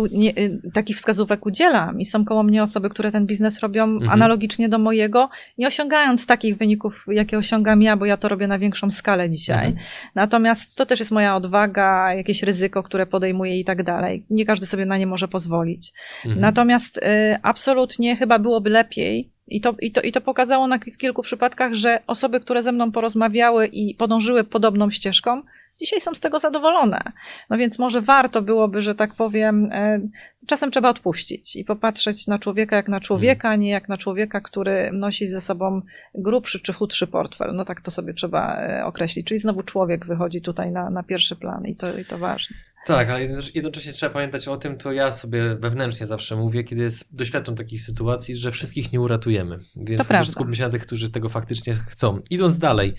takich wskazówek udzielam i są koło mnie osoby, które ten biznes robią analogicznie do mojego, nie osiągając takich wyników, jakie osiągam ja, bo ja to robię na większą skalę dzisiaj. Natomiast to też jest moja odwaga, jakieś ryzyko, które podejmuję i tak dalej. Nie każdy sobie na nie może pozwolić. Natomiast absolutnie chyba byłoby lepiej, I to pokazało w kilku przypadkach, że osoby, które ze mną porozmawiały i podążyły podobną ścieżką, dzisiaj są z tego zadowolone. No więc może warto byłoby, że tak powiem, czasem trzeba odpuścić i popatrzeć na człowieka jak na człowieka, a nie jak na człowieka, który nosi ze sobą grubszy czy chudszy portfel. No tak to sobie trzeba określić. Czyli znowu człowiek wychodzi tutaj na pierwszy plan i to ważne. Tak, ale jednocześnie trzeba pamiętać o tym, to ja sobie wewnętrznie zawsze mówię, kiedy doświadczam takich sytuacji, że wszystkich nie uratujemy. Więc skupmy się na tych, którzy tego faktycznie chcą. Idąc dalej,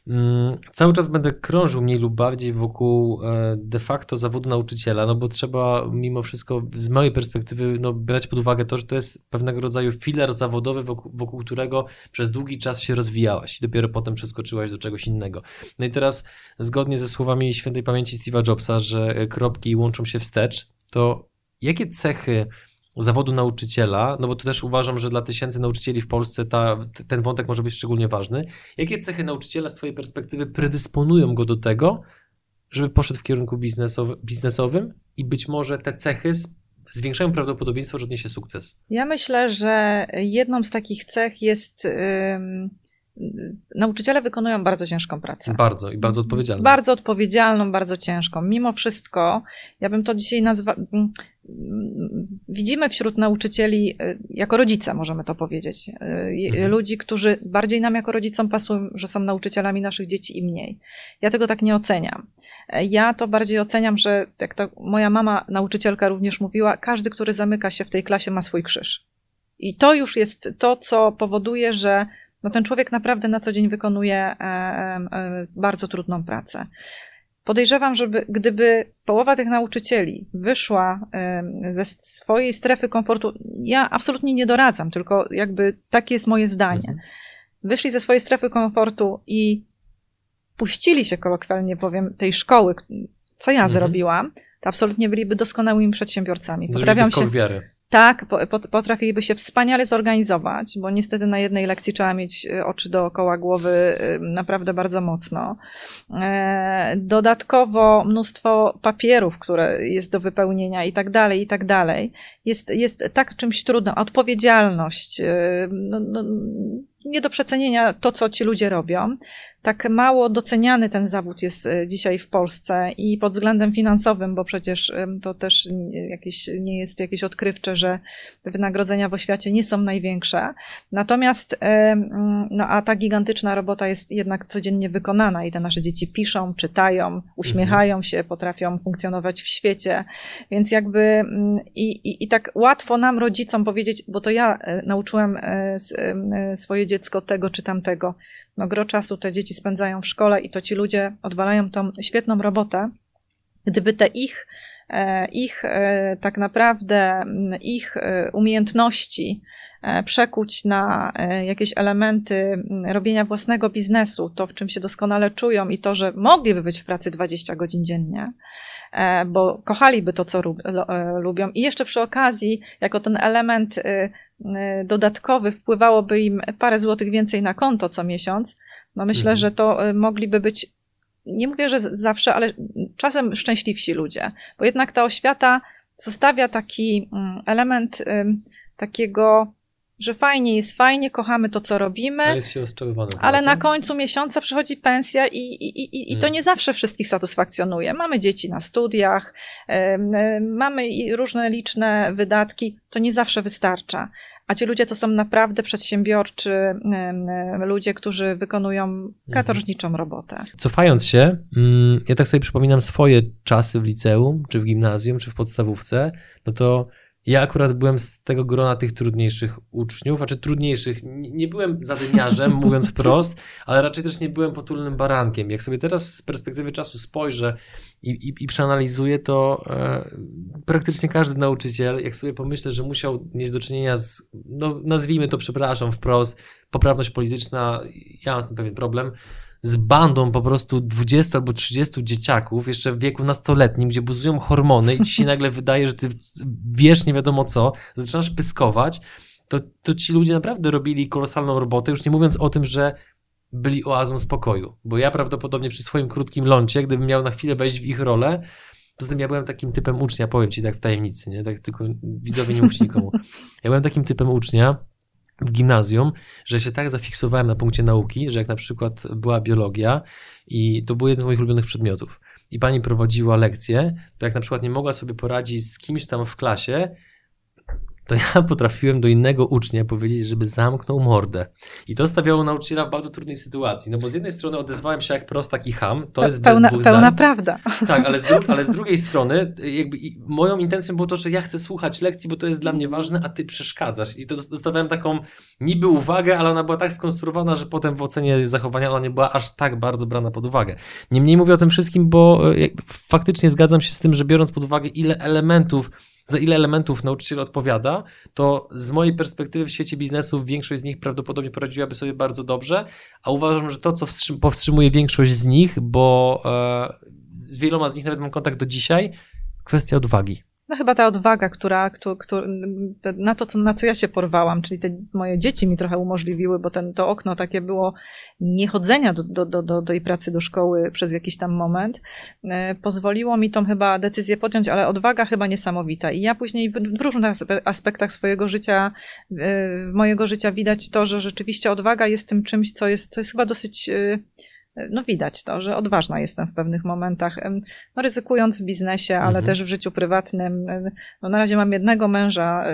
cały czas będę krążył mniej lub bardziej wokół de facto zawodu nauczyciela, no bo trzeba mimo wszystko z mojej perspektywy brać pod uwagę to, że to jest pewnego rodzaju filar zawodowy, wokół którego przez długi czas się rozwijałaś i dopiero potem przeskoczyłaś do czegoś innego. No i teraz zgodnie ze słowami świętej pamięci Steve'a Jobsa, że kropki łączą się wstecz, to jakie cechy zawodu nauczyciela, no bo to też uważam, że dla tysięcy nauczycieli w Polsce ten wątek może być szczególnie ważny. Jakie cechy nauczyciela z twojej perspektywy predysponują go do tego, żeby poszedł w kierunku biznesowym i być może te cechy zwiększają prawdopodobieństwo, że odniesie sukces? Ja myślę, że jedną z takich cech jest... Nauczyciele wykonują bardzo ciężką pracę. I bardzo odpowiedzialną. Bardzo odpowiedzialną, bardzo ciężką. Mimo wszystko, ja bym to dzisiaj widzimy wśród nauczycieli, jako rodzice możemy to powiedzieć, ludzi, którzy bardziej nam jako rodzicom pasują, że są nauczycielami naszych dzieci i mniej. Ja tego tak nie oceniam. Ja to bardziej oceniam, że jak to moja mama, nauczycielka również mówiła, każdy, który zamyka się w tej klasie, ma swój krzyż. I to już jest to, co powoduje, że ten człowiek naprawdę na co dzień wykonuje bardzo trudną pracę. Podejrzewam, gdyby połowa tych nauczycieli wyszła ze swojej strefy komfortu, ja absolutnie nie doradzam, tylko jakby takie jest moje zdanie. Wyszli ze swojej strefy komfortu i puścili się, kolokwialnie powiem, tej szkoły, co ja zrobiłam, to absolutnie byliby doskonałymi przedsiębiorcami. Zrobiliby skok wiary. Tak, potrafiliby się wspaniale zorganizować, bo niestety na jednej lekcji trzeba mieć oczy dookoła głowy naprawdę bardzo mocno. Dodatkowo mnóstwo papierów, które jest do wypełnienia i tak dalej. Jest tak czymś trudnym. Odpowiedzialność, nie do przecenienia to, co ci ludzie robią. Tak mało doceniany ten zawód jest dzisiaj w Polsce i pod względem finansowym, bo przecież to też nie jest jakieś odkrywcze, że te wynagrodzenia w oświacie nie są największe. Natomiast, a ta gigantyczna robota jest jednak codziennie wykonana i te nasze dzieci piszą, czytają, uśmiechają się, potrafią funkcjonować w świecie, więc jakby i tak łatwo nam, rodzicom, powiedzieć, bo to ja nauczyłem swoje dziecko tego czy tamtego. Gro czasu te dzieci spędzają w szkole i to ci ludzie odwalają tą świetną robotę. Gdyby te ich tak naprawdę ich umiejętności przekuć na jakieś elementy robienia własnego biznesu, to w czym się doskonale czują i to, że mogliby być w pracy 20 godzin dziennie, bo kochaliby to, co lubią. I jeszcze przy okazji, jako ten element dodatkowy wpływałoby im parę złotych więcej na konto co miesiąc, no myślę, że to mogliby być, nie mówię, że zawsze, ale czasem szczęśliwsi ludzie, bo jednak ta oświata zostawia taki element takiego, że fajnie jest fajnie, kochamy to, co robimy, ale jest się odczarowanym. Ale na końcu miesiąca przychodzi pensja i to nie zawsze wszystkich satysfakcjonuje. Mamy dzieci na studiach, mamy różne liczne wydatki, to nie zawsze wystarcza. A ci ludzie to są naprawdę przedsiębiorczy ludzie, którzy wykonują katorżniczą robotę. Cofając się, ja tak sobie przypominam swoje czasy w liceum, czy w gimnazjum, czy w podstawówce, no to ja akurat byłem z tego grona tych trudniejszych uczniów, znaczy trudniejszych, nie byłem zadymiarzem, mówiąc wprost, ale raczej też nie byłem potulnym barankiem. Jak sobie teraz z perspektywy czasu spojrzę i przeanalizuję, to praktycznie każdy nauczyciel, jak sobie pomyślę, że musiał mieć do czynienia z, no nazwijmy to, przepraszam wprost, poprawność polityczna, ja mam z tym pewien problem, z bandą po prostu 20 albo 30 dzieciaków, jeszcze w wieku nastoletnim, gdzie buzują hormony i ci się nagle wydaje, że ty wiesz nie wiadomo co, zaczynasz pyskować, to ci ludzie naprawdę robili kolosalną robotę, już nie mówiąc o tym, że byli oazą spokoju. Bo ja prawdopodobnie przy swoim krótkim lącie, gdybym miał na chwilę wejść w ich rolę, poza tym ja byłem takim typem ucznia, powiem ci tak w tajemnicy, nie? Tak tylko widzowie nie mówcie nikomu. Ja byłem takim typem ucznia w gimnazjum, że się tak zafiksowałem na punkcie nauki, że jak na przykład była biologia i to był jeden z moich ulubionych przedmiotów i pani prowadziła lekcję, to jak na przykład nie mogła sobie poradzić z kimś tam w klasie, to ja potrafiłem do innego ucznia powiedzieć, żeby zamknął mordę. I to stawiało nauczyciela w bardzo trudnej sytuacji, no bo z jednej strony odezwałem się jak prostak i cham, to jest bez dwóch zdań. Pełna prawda. Tak, ale z drugiej strony jakby moją intencją było to, że ja chcę słuchać lekcji, bo to jest dla mnie ważne, a ty przeszkadzasz. I to dostawałem taką niby uwagę, ale ona była tak skonstruowana, że potem w ocenie zachowania ona nie była aż tak bardzo brana pod uwagę. Niemniej mówię o tym wszystkim, bo faktycznie zgadzam się z tym, że biorąc pod uwagę za ile elementów nauczyciel odpowiada, to z mojej perspektywy w świecie biznesu większość z nich prawdopodobnie poradziłaby sobie bardzo dobrze, a uważam, że to, co powstrzymuje większość z nich, bo z wieloma z nich nawet mam kontakt do dzisiaj, kwestia odwagi. No chyba ta odwaga, na co ja się porwałam, czyli te moje dzieci mi trochę umożliwiły, bo to okno takie było niechodzenia do tej pracy, do szkoły przez jakiś tam moment, pozwoliło mi tą chyba decyzję podjąć, ale odwaga chyba niesamowita. I ja później w różnych aspektach mojego życia widać to, że rzeczywiście odwaga jest tym czymś, co jest chyba dosyć... No widać to, że odważna jestem w pewnych momentach, no ryzykując w biznesie, ale też w życiu prywatnym. No na razie mam jednego męża.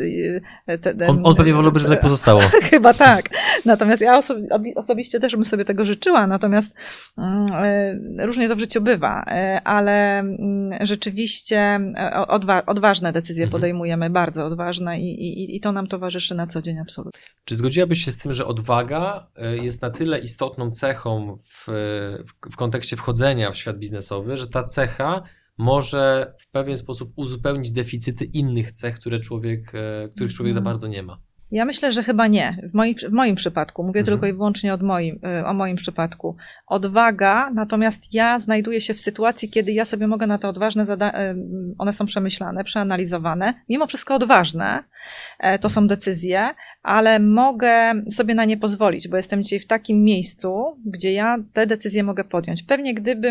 On pewnie wolałby, że tak pozostało. Chyba tak. Natomiast ja osobiście też bym sobie tego życzyła, natomiast różnie to w życiu bywa, ale rzeczywiście odważne decyzje podejmujemy, bardzo odważne i to nam towarzyszy na co dzień absolutnie. Czy zgodziłabyś się z tym, że odwaga jest na tyle istotną cechą w kontekście wchodzenia w świat biznesowy, że ta cecha może w pewien sposób uzupełnić deficyty innych cech, których człowiek za bardzo nie ma? Ja myślę, że chyba nie. W moim przypadku, mówię tylko i wyłącznie o moim przypadku. Odwaga, natomiast ja znajduję się w sytuacji, kiedy ja sobie mogę na te odważne one są przemyślane, przeanalizowane, mimo wszystko odważne, to są decyzje, ale mogę sobie na nie pozwolić, bo jestem dzisiaj w takim miejscu, gdzie ja te decyzje mogę podjąć. Pewnie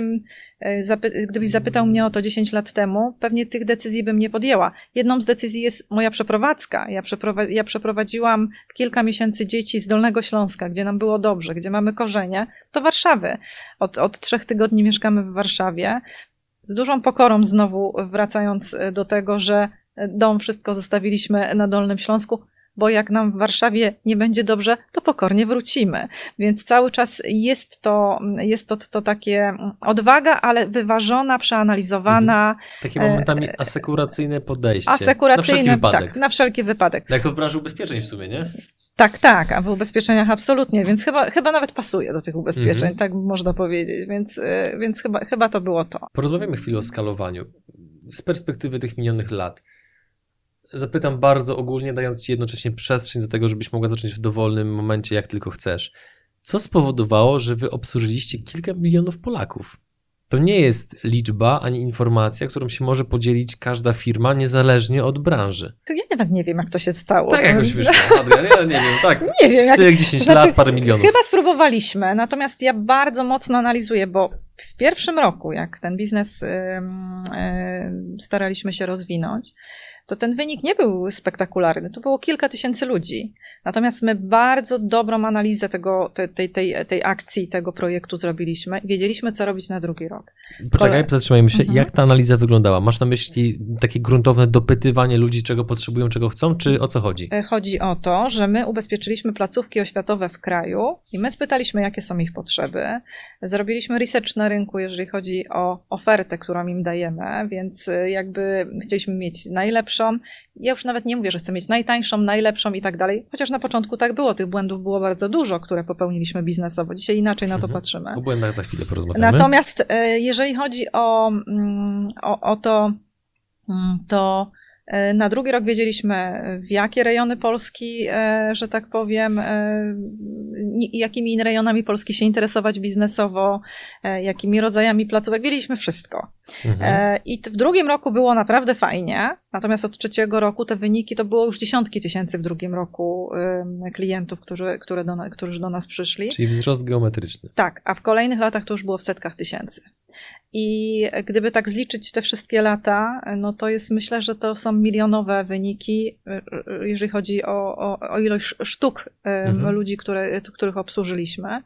gdybyś zapytał mnie o to 10 lat temu, pewnie tych decyzji bym nie podjęła. Jedną z decyzji jest moja przeprowadzka. Ja przeprowadziłam w kilka miesięcy dzieci z Dolnego Śląska, gdzie nam było dobrze, gdzie mamy korzenie, do Warszawy. Od 3 tygodni mieszkamy w Warszawie. Z dużą pokorą znowu wracając do tego, że dom, wszystko zostawiliśmy na Dolnym Śląsku, bo jak nam w Warszawie nie będzie dobrze, to pokornie wrócimy. Więc cały czas jest to takie odwaga, ale wyważona, przeanalizowana. Takie momentami asekuracyjne podejście. Asekuracyjne, na wszelki wypadek. Tak, na wszelki wypadek. Jak to w branży ubezpieczeń w sumie, nie? Tak, a w ubezpieczeniach absolutnie, więc chyba nawet pasuje do tych ubezpieczeń, tak można powiedzieć, więc chyba to było to. Porozmawiamy chwilę o skalowaniu. Z perspektywy tych minionych lat. zapytam bardzo ogólnie, dając Ci jednocześnie przestrzeń do tego, żebyś mogła zacząć w dowolnym momencie, jak tylko chcesz. Co spowodowało, że wy obsłużyliście kilka milionów Polaków? To nie jest liczba ani informacja, którą się może podzielić każda firma, niezależnie od branży. To ja nawet nie wiem, jak to się stało. Tak jakoś wyszło, Adrian, ja nie wiem, tak. Nie wiem. Jak 10 lat, parę milionów. Chyba spróbowaliśmy, natomiast ja bardzo mocno analizuję, bo w pierwszym roku, jak ten biznes staraliśmy się rozwinąć, to ten wynik nie był spektakularny. To było kilka tysięcy ludzi. Natomiast my bardzo dobrą analizę tej akcji, tego projektu zrobiliśmy i wiedzieliśmy, co robić na drugi rok. Poczekaj, zatrzymajmy się. Jak ta analiza wyglądała? Masz na myśli takie gruntowne dopytywanie ludzi, czego potrzebują, czego chcą, czy o co chodzi? Chodzi o to, że my ubezpieczyliśmy placówki oświatowe w kraju i my spytaliśmy, jakie są ich potrzeby. Zrobiliśmy research na rynku, jeżeli chodzi o ofertę, którą im dajemy, więc jakby chcieliśmy mieć najlepszą. Ja już nawet nie mówię, że chcę mieć najtańszą, najlepszą i tak dalej, chociaż na początku tak było, tych błędów było bardzo dużo, które popełniliśmy biznesowo. Dzisiaj inaczej na to patrzymy. O błędach za chwilę porozmawiamy. Natomiast jeżeli chodzi o to, to na drugi rok wiedzieliśmy, w jakie rejony Polski, że tak powiem, jakimi rejonami Polski się interesować biznesowo, jakimi rodzajami placówek. Wiedzieliśmy wszystko. I w drugim roku było naprawdę fajnie, natomiast od trzeciego roku te wyniki to było już dziesiątki tysięcy w drugim roku klientów, którzy do nas przyszli. Czyli wzrost geometryczny. Tak, a w kolejnych latach to już było w setkach tysięcy. I gdyby tak zliczyć te wszystkie lata, no to jest, myślę, że to są milionowe wyniki, jeżeli chodzi o ilość sztuk ludzi, których obsłużyliśmy.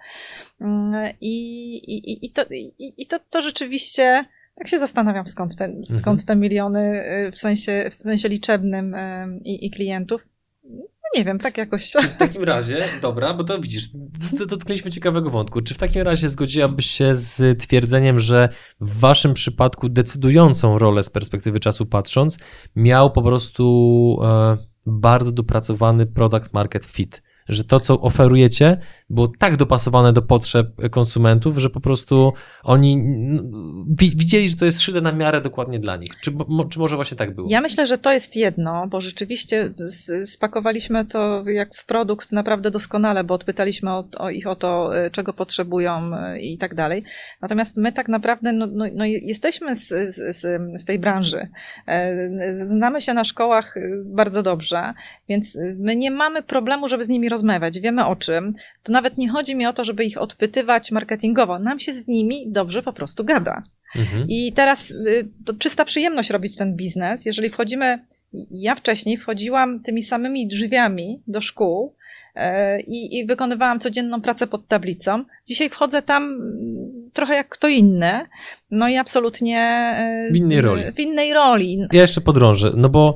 I to rzeczywiście, tak się zastanawiam, skąd te miliony w sensie liczebnym i klientów. Nie wiem, tak jakoś. Czy w takim razie, dobra, bo to widzisz, dotknęliśmy ciekawego wątku. Czy w takim razie zgodziłabyś się z twierdzeniem, że w waszym przypadku decydującą rolę z perspektywy czasu patrząc miał po prostu bardzo dopracowany product market fit? Że to, co oferujecie, było tak dopasowane do potrzeb konsumentów, że po prostu oni widzieli, że to jest szyte na miarę dokładnie dla nich. Czy może właśnie tak było? Ja myślę, że to jest jedno, bo rzeczywiście spakowaliśmy to jak w produkt naprawdę doskonale, bo odpytaliśmy ich o to, czego potrzebują i tak dalej. Natomiast my tak naprawdę jesteśmy z tej branży. Znamy się na szkołach bardzo dobrze, więc my nie mamy problemu, żeby z nimi rozmawiać. Wiemy o czym. To nawet nie chodzi mi o to, żeby ich odpytywać marketingowo. Nam się z nimi dobrze po prostu gada. I teraz to czysta przyjemność robić ten biznes. Jeżeli ja wcześniej wchodziłam tymi samymi drzwiami do szkół i wykonywałam codzienną pracę pod tablicą. Dzisiaj wchodzę tam trochę jak kto inny. No i absolutnie w innej roli. Ja jeszcze podrążę, no bo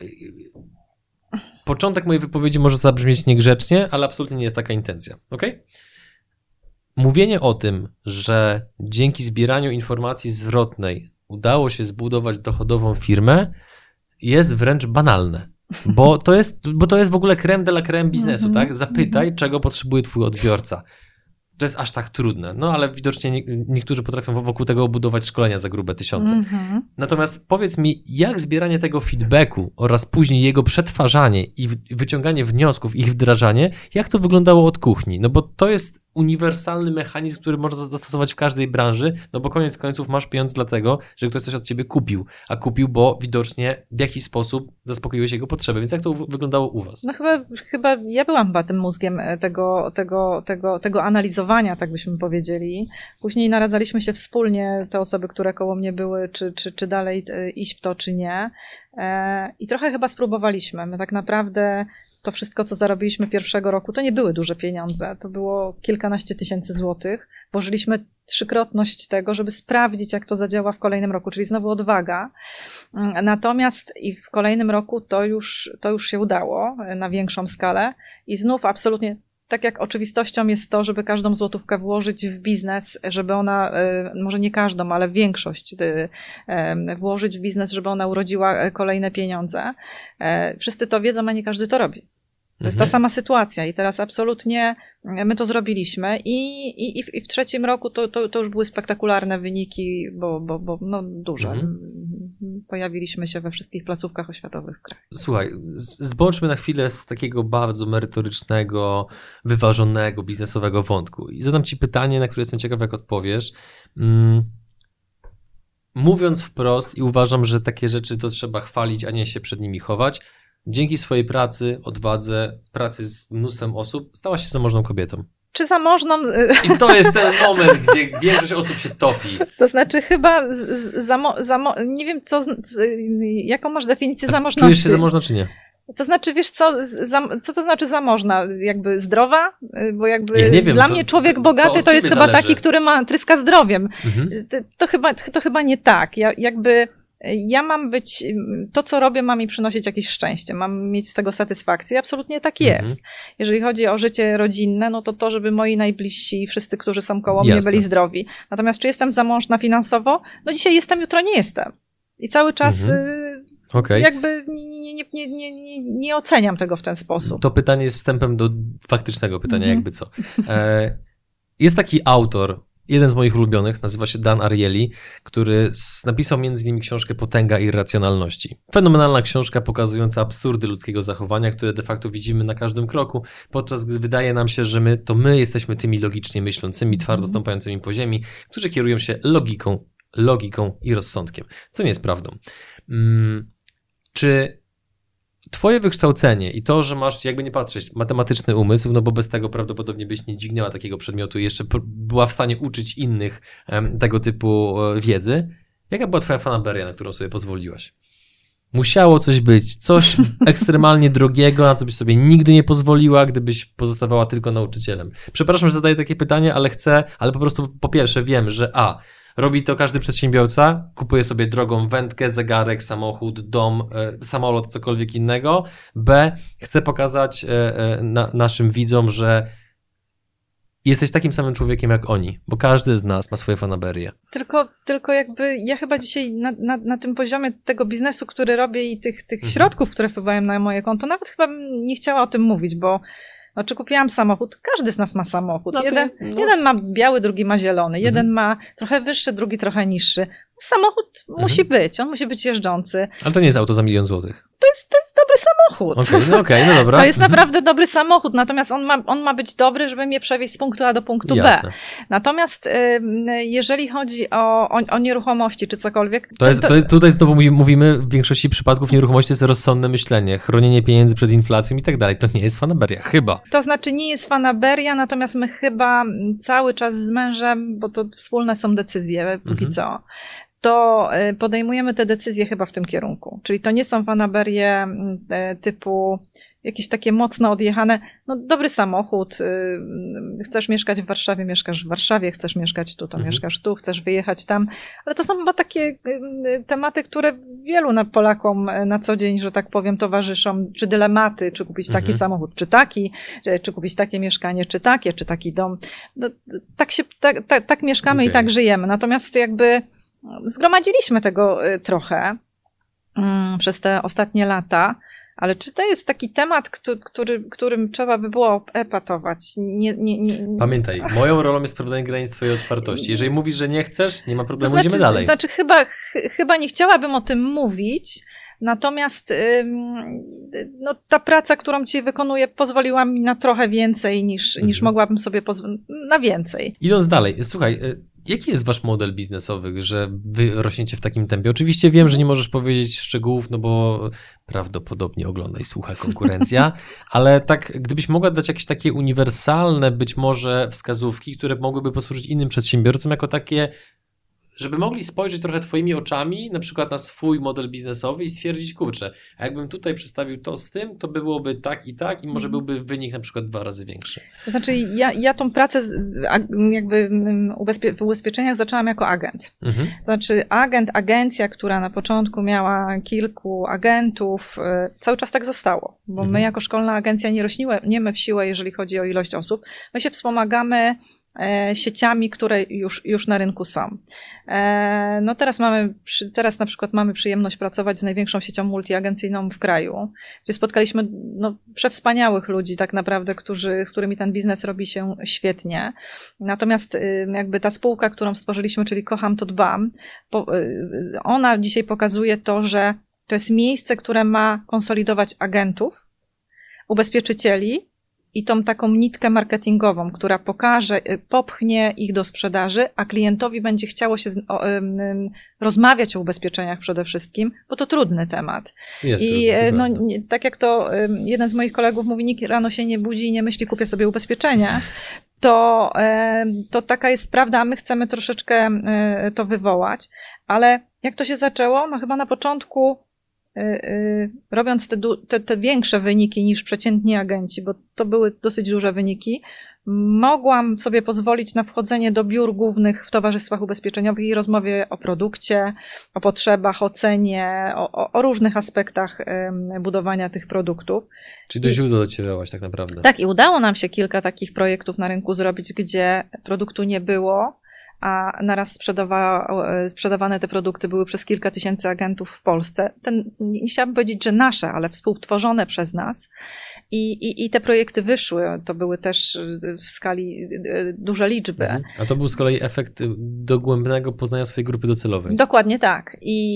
początek mojej wypowiedzi może zabrzmieć niegrzecznie, ale absolutnie nie jest taka intencja. Okay? Mówienie o tym, że dzięki zbieraniu informacji zwrotnej udało się zbudować dochodową firmę, jest wręcz banalne. Bo to jest w ogóle crème de la crème biznesu, tak? Zapytaj, czego potrzebuje twój odbiorca. To jest aż tak trudne. No ale widocznie niektórzy potrafią wokół tego obudować szkolenia za grube tysiące. Natomiast powiedz mi, jak zbieranie tego feedbacku oraz później jego przetwarzanie i wyciąganie wniosków, ich wdrażanie, jak to wyglądało od kuchni? No bo to jest uniwersalny mechanizm, który można zastosować w każdej branży, no bo koniec końców masz pieniądze dlatego, że ktoś coś od ciebie kupił, a kupił, bo widocznie w jakiś sposób zaspokoiłeś jego potrzeby. Więc jak to wyglądało u was? No chyba ja byłam tym mózgiem tego analizowania, tak byśmy powiedzieli. Później naradzaliśmy się wspólnie, te osoby, które koło mnie były, czy dalej iść w to, czy nie. I trochę chyba spróbowaliśmy. My tak naprawdę to wszystko, co zarobiliśmy pierwszego roku, to nie były duże pieniądze. To było kilkanaście tysięcy złotych. Włożyliśmy trzykrotność tego, żeby sprawdzić, jak to zadziała w kolejnym roku, czyli znowu odwaga. Natomiast i w kolejnym roku to już się udało na większą skalę i znów absolutnie tak jak oczywistością jest to, żeby każdą złotówkę włożyć w biznes, żeby ona, może nie każdą, ale większość włożyć w biznes, żeby ona urodziła kolejne pieniądze. Wszyscy to wiedzą, a nie każdy to robi. To jest ta sama sytuacja i teraz absolutnie my to zrobiliśmy i w trzecim roku to już były spektakularne wyniki, bo duże. pojawiliśmy się we wszystkich placówkach oświatowych w kraju. Słuchaj, zbądźmy na chwilę z takiego bardzo merytorycznego, wyważonego, biznesowego wątku i zadam ci pytanie, na które jestem ciekaw, jak odpowiesz. Mówiąc wprost i uważam, że takie rzeczy to trzeba chwalić, a nie się przed nimi chować, dzięki swojej pracy, odwadze, pracy z mnóstwem osób stałaś się zamożną kobietą. Czy zamożną? I to jest ten moment, gdzie większość osób się topi. To znaczy chyba, nie wiem, jaką masz definicję zamożności. Czujesz się zamożna, czy nie? To znaczy, wiesz co to znaczy zamożna? Jakby zdrowa? Bo jakby ja nie wiem, dla mnie człowiek bogaty to jest chyba zależy. Taki, który tryska zdrowiem. To chyba nie tak. Ja mam być, to co robię ma mi przynosić jakieś szczęście, mam mieć z tego satysfakcję, absolutnie tak jest. Jeżeli chodzi o życie rodzinne, no to żeby moi najbliżsi i wszyscy, którzy są koło mnie byli zdrowi. Natomiast czy jestem zamożna finansowo? No dzisiaj jestem, jutro nie jestem. I cały czas jakby nie oceniam tego w ten sposób. To pytanie jest wstępem do faktycznego pytania, jakby co. Jest taki autor, jeden z moich ulubionych, nazywa się Dan Ariely, który napisał m.in. książkę Potęga irracjonalności. Fenomenalna książka pokazująca absurdy ludzkiego zachowania, które de facto widzimy na każdym kroku, podczas gdy wydaje nam się, że my jesteśmy tymi logicznie myślącymi, twardo stąpającymi po ziemi, którzy kierują się logiką i rozsądkiem, co nie jest prawdą. Czy twoje wykształcenie i to, że masz, jakby nie patrzeć, matematyczny umysł, no bo bez tego prawdopodobnie byś nie dźwignęła takiego przedmiotu i jeszcze była w stanie uczyć innych tego typu wiedzy. Jaka była twoja fanaberia, na którą sobie pozwoliłaś? Musiało coś być, coś ekstremalnie drogiego, na co byś sobie nigdy nie pozwoliła, gdybyś pozostawała tylko nauczycielem. Przepraszam, że zadaję takie pytanie, ale po prostu po pierwsze wiem, że robi to każdy przedsiębiorca, kupuje sobie drogą wędkę, zegarek, samochód, dom, samolot, cokolwiek innego. B, chce pokazać naszym widzom, że jesteś takim samym człowiekiem jak oni, bo każdy z nas ma swoje fanaberie. Tylko jakby ja chyba dzisiaj na tym poziomie tego biznesu, który robię i tych środków, które wpływają na moje konto, nawet chyba nie chciała o tym mówić, bo czy kupiłam samochód? Każdy z nas ma samochód. Jeden ma biały, drugi ma zielony. Jeden ma trochę wyższy, drugi trochę niższy. Samochód musi być, on musi być jeżdżący. Ale to nie jest auto za 1 000 000 złotych. To jest dobry samochód. Okej, no dobra. To jest naprawdę dobry samochód, natomiast on ma być dobry, żeby mnie przewieźć z punktu A do punktu B. Natomiast jeżeli chodzi o nieruchomości czy cokolwiek... Tutaj znowu mówimy, w większości przypadków nieruchomości jest rozsądne myślenie, chronienie pieniędzy przed inflacją i tak dalej. To nie jest fanaberia, chyba. To znaczy nie jest fanaberia, natomiast my chyba cały czas z mężem, bo to wspólne są decyzje póki co, to podejmujemy te decyzje chyba w tym kierunku. Czyli to nie są fanaberie typu jakieś takie mocno odjechane, no dobry samochód, chcesz mieszkać w Warszawie, mieszkasz w Warszawie, chcesz mieszkać tu, to mieszkasz tu, chcesz wyjechać tam, ale to są chyba takie tematy, które wielu Polakom na co dzień, że tak powiem, towarzyszą, czy dylematy, czy kupić taki samochód, czy taki, czy kupić takie mieszkanie, czy taki dom. No, tak mieszkamy i tak żyjemy. Natomiast jakby zgromadziliśmy tego trochę przez te ostatnie lata, ale czy to jest taki temat, którym trzeba by było epatować? Nie. Pamiętaj, moją rolą jest sprawdzanie granic twojej otwartości. Jeżeli mówisz, że nie chcesz, nie ma problemu, idziemy dalej. To znaczy chyba nie chciałabym o tym mówić, natomiast no, ta praca, którą dzisiaj wykonuję, pozwoliła mi na trochę więcej niż mogłabym sobie pozwolić, na więcej. Idąc dalej, słuchaj, jaki jest wasz model biznesowy, że wy rośniecie w takim tempie? Oczywiście wiem, że nie możesz powiedzieć szczegółów, no bo prawdopodobnie ogląda i słucha konkurencja, ale tak, gdybyś mogła dać jakieś takie uniwersalne być może wskazówki, które mogłyby posłużyć innym przedsiębiorcom jako takie, żeby mogli spojrzeć trochę twoimi oczami, na przykład na swój model biznesowy i stwierdzić, kurczę, a jakbym tutaj przestawił to z tym, to byłoby tak i może byłby wynik na przykład 2 razy większy. To znaczy ja tą pracę jakby w ubezpieczeniach zaczęłam jako agent. To znaczy agencja, która na początku miała kilku agentów, cały czas tak zostało, bo my jako szkolna agencja nie rośniemy w siłę, jeżeli chodzi o ilość osób. My się wspomagamy sieciami, które już na rynku są. No teraz na przykład mamy przyjemność pracować z największą siecią multiagencyjną w kraju, gdzie spotkaliśmy przewspaniałych ludzi tak naprawdę, z którymi ten biznes robi się świetnie. Natomiast jakby ta spółka, którą stworzyliśmy, czyli Kocham to Dbam, ona dzisiaj pokazuje to, że to jest miejsce, które ma konsolidować agentów, ubezpieczycieli i tą taką nitkę marketingową, która popchnie ich do sprzedaży, a klientowi będzie chciało się rozmawiać o ubezpieczeniach przede wszystkim, bo to trudny temat. Tak jak to jeden z moich kolegów mówi, nikt rano się nie budzi i nie myśli, kupię sobie ubezpieczenie, to taka jest prawda, a my chcemy troszeczkę to wywołać, ale jak to się zaczęło? No chyba na początku robiąc te większe wyniki niż przeciętni agenci, bo to były dosyć duże wyniki, mogłam sobie pozwolić na wchodzenie do biur głównych w towarzystwach ubezpieczeniowych i rozmowie o produkcie, o potrzebach, o cenie, o różnych aspektach budowania tych produktów. Czyli do źródła docierałeś tak naprawdę. Tak, i udało nam się kilka takich projektów na rynku zrobić, gdzie produktu nie było, a naraz sprzedawane te produkty były przez kilka tysięcy agentów w Polsce. Nie chciałabym powiedzieć, że nasze, ale współtworzone przez nas. I te projekty wyszły. To były też w skali duże liczby. A to był z kolei efekt dogłębnego poznania swojej grupy docelowej. Dokładnie tak.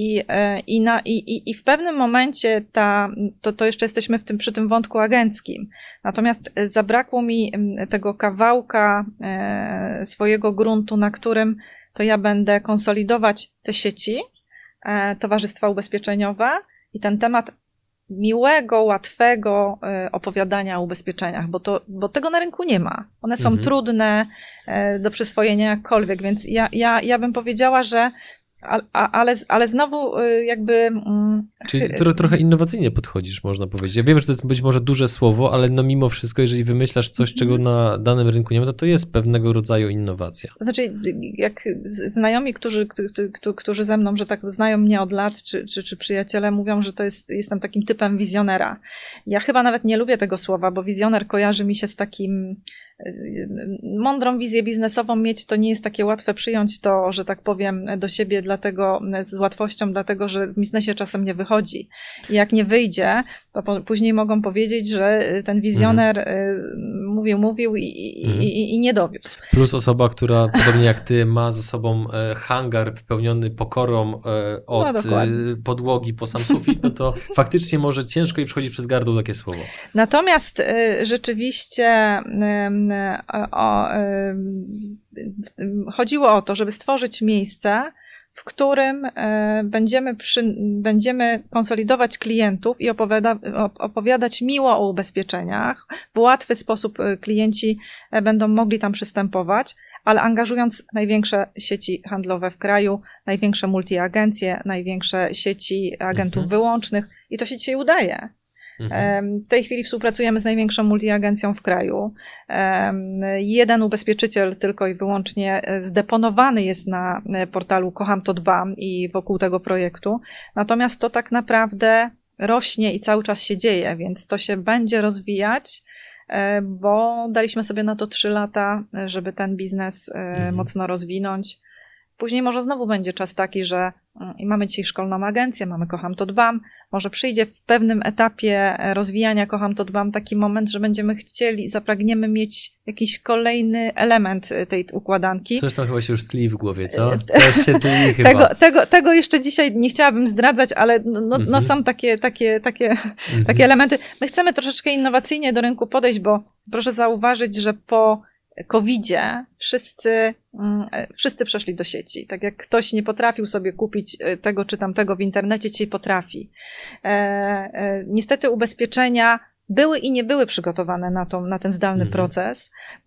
I w pewnym momencie to jeszcze jesteśmy przy tym wątku agenckim. Natomiast zabrakło mi tego kawałka swojego gruntu, na którym to ja będę konsolidować te sieci, towarzystwa ubezpieczeniowe i ten temat miłego, łatwego opowiadania o ubezpieczeniach, bo tego na rynku nie ma. One są trudne do przyswojenia jakkolwiek, więc ja bym powiedziała, że ale znowu jakby... Czyli trochę innowacyjnie podchodzisz, można powiedzieć. Ja wiem, że to jest być może duże słowo, ale no mimo wszystko, jeżeli wymyślasz coś, czego na danym rynku nie ma, to jest pewnego rodzaju innowacja. To znaczy, jak znajomi, którzy ze mną, że tak znają mnie od lat, czy przyjaciele mówią, że jestem takim typem wizjonera. Ja chyba nawet nie lubię tego słowa, bo wizjoner kojarzy mi się z takim... Mądrą wizję biznesową mieć to nie jest takie łatwe przyjąć to, że tak powiem, do siebie z łatwością, dlatego że w biznesie czasem nie wychodzi. I jak nie wyjdzie, to później mogą powiedzieć, że ten wizjoner mówił i nie dowiódł. Plus osoba, która podobnie jak ty ma ze sobą hangar wypełniony pokorą od podłogi po sam sufit, no to faktycznie może ciężko jej przychodzi przez gardło takie słowo. Natomiast rzeczywiście chodziło o to, żeby stworzyć miejsce, w którym będziemy konsolidować klientów i opowiadać miło o ubezpieczeniach. W łatwy sposób klienci będą mogli tam przystępować, ale angażując największe sieci handlowe w kraju, największe multiagencje, największe sieci agentów wyłącznych i to się dzisiaj udaje. W tej chwili współpracujemy z największą multiagencją w kraju. Jeden ubezpieczyciel tylko i wyłącznie zdeponowany jest na portalu Kocham to Dbam i wokół tego projektu. Natomiast to tak naprawdę rośnie i cały czas się dzieje, więc to się będzie rozwijać, bo daliśmy sobie na to 3 lata, żeby ten biznes mocno rozwinąć. Później może znowu będzie czas taki, że mamy dzisiaj szkolną agencję, mamy Kocham to Dbam, może przyjdzie w pewnym etapie rozwijania Kocham to Dbam taki moment, że będziemy zapragniemy mieć jakiś kolejny element tej układanki. Coś tam chyba się już tli w głowie, co? Coś się tli chyba. Tego jeszcze dzisiaj nie chciałabym zdradzać, ale są takie elementy. My chcemy troszeczkę innowacyjnie do rynku podejść, bo proszę zauważyć, że po COVID-zie wszyscy przeszli do sieci. Tak jak ktoś nie potrafił sobie kupić tego czy tamtego w internecie, dzisiaj potrafi. Niestety ubezpieczenia były i nie były przygotowane na ten zdalny proces,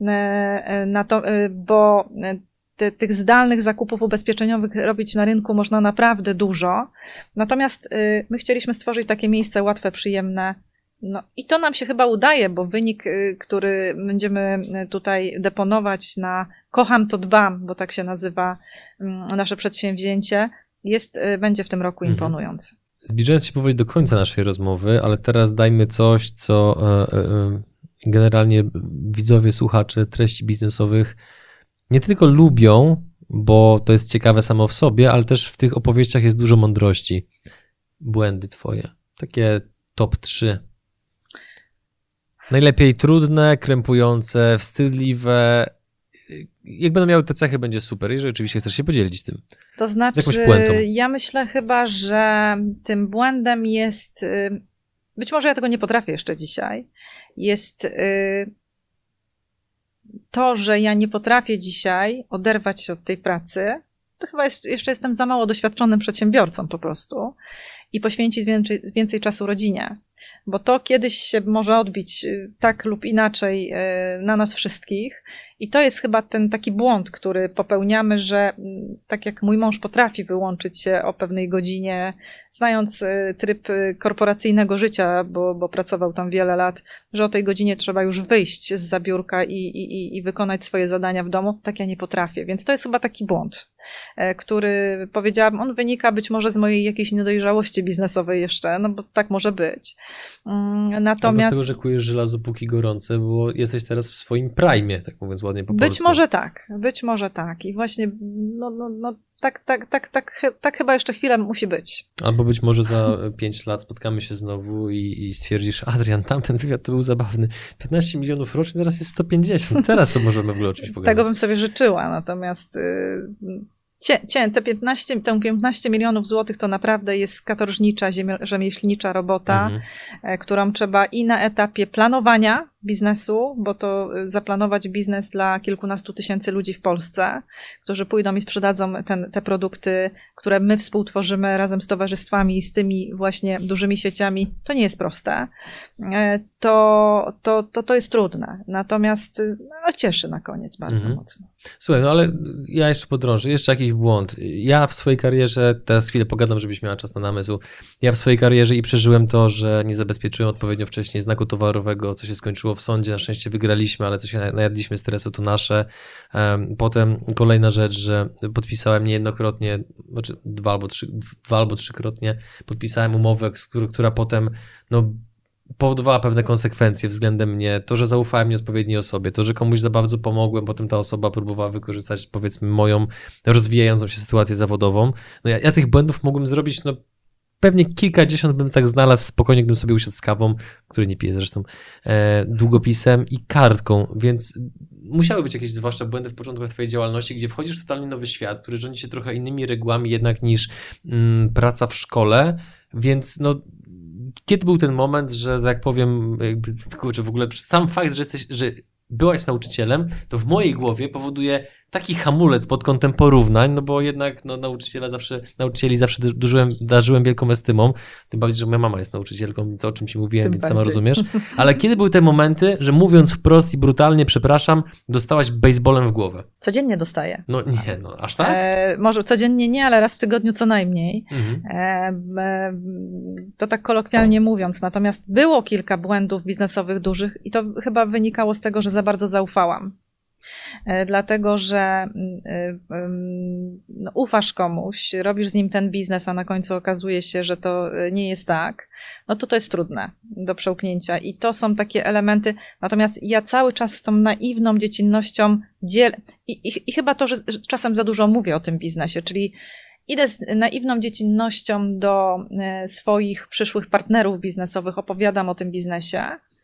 bo tych zdalnych zakupów ubezpieczeniowych robić na rynku można naprawdę dużo. Natomiast my chcieliśmy stworzyć takie miejsce łatwe, przyjemne. No i to nam się chyba udaje, bo wynik, który będziemy tutaj deponować na Kocham to Dbam, bo tak się nazywa nasze przedsięwzięcie, będzie w tym roku imponujący. Zbliżając się powoli do końca naszej rozmowy, ale teraz dajmy coś, co generalnie widzowie, słuchacze treści biznesowych nie tylko lubią, bo to jest ciekawe samo w sobie, ale też w tych opowieściach jest dużo mądrości. Błędy twoje. Takie top 3. Najlepiej trudne, krępujące, wstydliwe. Jak będą miały te cechy, będzie super, jeżeli oczywiście chcesz się podzielić tym. To znaczy, ja myślę chyba, że tym błędem jest, być może ja tego nie potrafię jeszcze dzisiaj, jest to, że ja nie potrafię dzisiaj oderwać się od tej pracy. To chyba jeszcze jestem za mało doświadczonym przedsiębiorcą po prostu i poświęcić więcej czasu rodzinie. Bo to kiedyś się może odbić tak lub inaczej na nas wszystkich i to jest chyba ten taki błąd, który popełniamy, że tak jak mój mąż potrafi wyłączyć się o pewnej godzinie, znając tryb korporacyjnego życia, bo pracował tam wiele lat, że o tej godzinie trzeba już wyjść z biurka i wykonać swoje zadania w domu, tak ja nie potrafię. Więc to jest chyba taki błąd, który powiedziałam, on wynika być może z mojej jakiejś niedojrzałości biznesowej jeszcze, no bo tak może być. Natomiast... Albo z tego, że kujesz żelazo póki gorące, bo jesteś teraz w swoim prime, tak mówiąc ładnie po polsku. Być może tak. I właśnie tak chyba jeszcze chwilę musi być. Albo być może za 5 lat spotkamy się znowu i stwierdzisz, Adrian, tamten wywiad to był zabawny. 15 milionów rocznie, teraz jest 150. Teraz to możemy w ogóle o czymś pogadać. Tego bym sobie życzyła, natomiast... Te 15 milionów złotych to naprawdę jest katorżnicza, rzemieślnicza robota, którą trzeba i na etapie planowania biznesu, bo to zaplanować biznes dla kilkunastu tysięcy ludzi w Polsce, którzy pójdą i sprzedadzą te produkty, które my współtworzymy razem z towarzystwami i z tymi właśnie dużymi sieciami, to nie jest proste. To jest trudne. Natomiast cieszy na koniec bardzo mocno. Słuchaj, no ale ja jeszcze podrążę, jeszcze jakiś błąd. Ja w swojej karierze, teraz chwilę pogadam, żebyś miała czas na namysł, ja w swojej karierze i przeżyłem to, że nie zabezpieczyłem odpowiednio wcześniej znaku towarowego, co się skończyło w sądzie, na szczęście wygraliśmy, ale co się najadliśmy stresu, to nasze. Potem kolejna rzecz, że podpisałem niejednokrotnie, znaczy dwa albo trzykrotnie podpisałem umowę, która potem powodowała pewne konsekwencje względem mnie. To, że zaufałem nieodpowiedniej osobie, to, że komuś za bardzo pomogłem, potem ta osoba próbowała wykorzystać, powiedzmy, moją rozwijającą się sytuację zawodową. No ja tych błędów mogłem zrobić, pewnie kilkadziesiąt bym tak znalazł, spokojnie gdybym sobie usiadł z kawą, której nie piję zresztą, długopisem i kartką, więc musiały być jakieś zwłaszcza błędy w początku twojej działalności, gdzie wchodzisz w totalnie nowy świat, który rządzi się trochę innymi regułami jednak niż praca w szkole, więc kiedy był ten moment, że tak powiem, kurczę, w ogóle sam fakt, że byłaś nauczycielem, to w mojej głowie powoduje taki hamulec pod kątem porównań, bo jednak nauczycieli zawsze darzyłem wielką estymą, tym bardziej, że moja mama jest nauczycielką, o czym ci mówiłem, więc sama rozumiesz. Ale kiedy były te momenty, że mówiąc wprost i brutalnie, przepraszam, dostałaś baseballem w głowę? Codziennie dostaję. Aż tak? Może codziennie nie, ale raz w tygodniu co najmniej. To tak kolokwialnie mówiąc. Natomiast było kilka błędów biznesowych dużych i to chyba wynikało z tego, że za bardzo zaufałam. Dlatego, że ufasz komuś, robisz z nim ten biznes, a na końcu okazuje się, że to nie jest tak, to jest trudne do przełknięcia i to są takie elementy, natomiast ja cały czas z tą naiwną dziecinnością dzielę i chyba to, że czasem za dużo mówię o tym biznesie, czyli idę z naiwną dziecinnością do swoich przyszłych partnerów biznesowych, opowiadam o tym biznesie,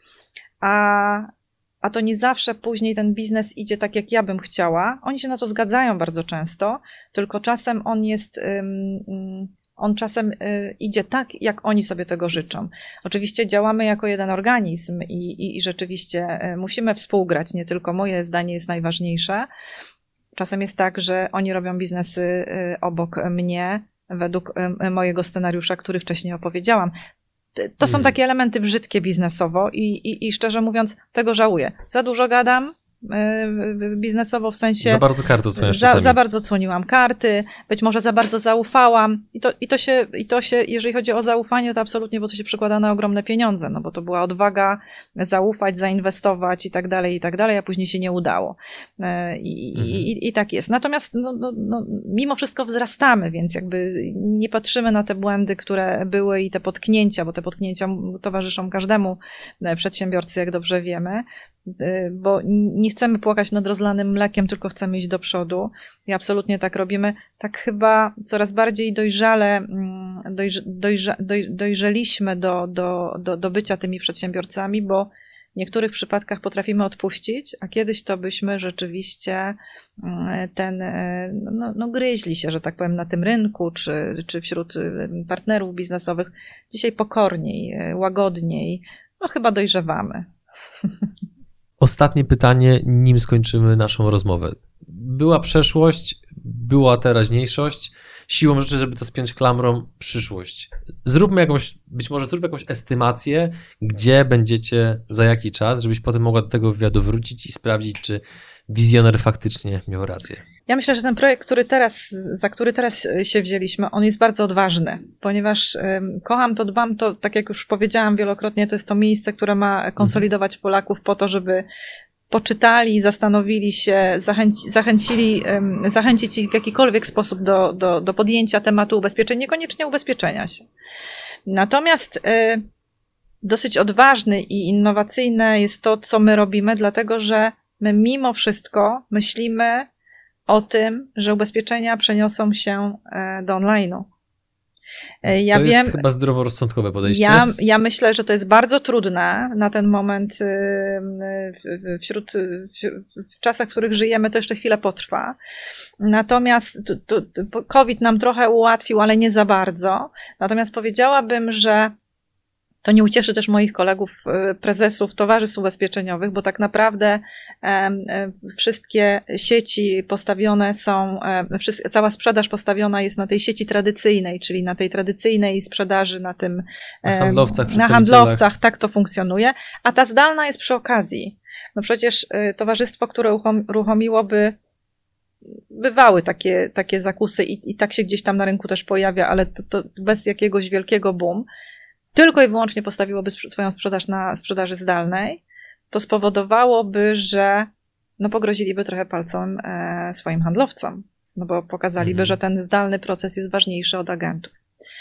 a to nie zawsze później ten biznes idzie tak, jak ja bym chciała. Oni się na to zgadzają bardzo często, tylko czasem on czasem idzie tak, jak oni sobie tego życzą. Oczywiście działamy jako jeden organizm i rzeczywiście musimy współgrać, nie tylko moje zdanie jest najważniejsze. Czasem jest tak, że oni robią biznesy obok mnie, według mojego scenariusza, który wcześniej opowiedziałam. To są takie elementy brzydkie biznesowo i szczerze mówiąc tego żałuję. Za dużo gadam biznesowo w sensie... Za bardzo karty odsłaniasz czasami. Za bardzo odsłoniłam karty, być może za bardzo zaufałam i to się, jeżeli chodzi o zaufanie, to absolutnie, bo to się przekłada na ogromne pieniądze, bo to była odwaga zaufać, zainwestować i tak dalej, a później się nie udało. I tak jest. Natomiast mimo wszystko wzrastamy, więc jakby nie patrzymy na te błędy, które były i te potknięcia, bo te potknięcia towarzyszą każdemu przedsiębiorcy, jak dobrze wiemy. bo nie chcemy płakać nad rozlanym mlekiem, tylko chcemy iść do przodu i absolutnie tak robimy. Tak chyba coraz bardziej dojrzeliśmy do bycia tymi przedsiębiorcami, bo w niektórych przypadkach potrafimy odpuścić, a kiedyś to byśmy rzeczywiście gryźli się, że tak powiem, na tym rynku, czy wśród partnerów biznesowych. Dzisiaj pokorniej, łagodniej, chyba dojrzewamy. Ostatnie pytanie, nim skończymy naszą rozmowę. Była przeszłość, była teraźniejszość, siłą rzeczy, żeby to spiąć klamrą, przyszłość. Być może zrób jakąś estymację, gdzie będziecie za jaki czas, żebyś potem mogła do tego wywiadu wrócić i sprawdzić, czy wizjoner faktycznie miał rację. Ja myślę, że ten projekt, za który teraz się wzięliśmy, on jest bardzo odważny, ponieważ kocham to, dbam to, tak jak już powiedziałam wielokrotnie, to jest to miejsce, które ma konsolidować Polaków po to, żeby poczytali, zastanowili się, zachęcić ich w jakikolwiek sposób do podjęcia tematu ubezpieczeń, niekoniecznie ubezpieczenia się. Natomiast dosyć odważny i innowacyjne jest to, co my robimy, dlatego że my mimo wszystko myślimy o tym, że ubezpieczenia przeniosą się do online'u. To jest chyba zdroworozsądkowe podejście. Ja myślę, że to jest bardzo trudne na ten moment w czasach, w których żyjemy, to jeszcze chwilę potrwa. Natomiast COVID nam trochę ułatwił, ale nie za bardzo. Natomiast powiedziałabym, że to nie ucieszy też moich kolegów, prezesów towarzystw ubezpieczeniowych, bo tak naprawdę wszystkie sieci postawione są, cała sprzedaż postawiona jest na tej sieci tradycyjnej, czyli na tej tradycyjnej sprzedaży, na handlowcach, tak to funkcjonuje, a ta zdalna jest przy okazji. No przecież towarzystwo, które uruchomiłoby, bywały takie zakusy i tak się gdzieś tam na rynku też pojawia, ale to bez jakiegoś wielkiego boom, tylko i wyłącznie postawiłoby swoją sprzedaż na sprzedaży zdalnej, to spowodowałoby, że pogroziliby trochę palcem swoim handlowcom, bo pokazaliby, że ten zdalny proces jest ważniejszy od agentów.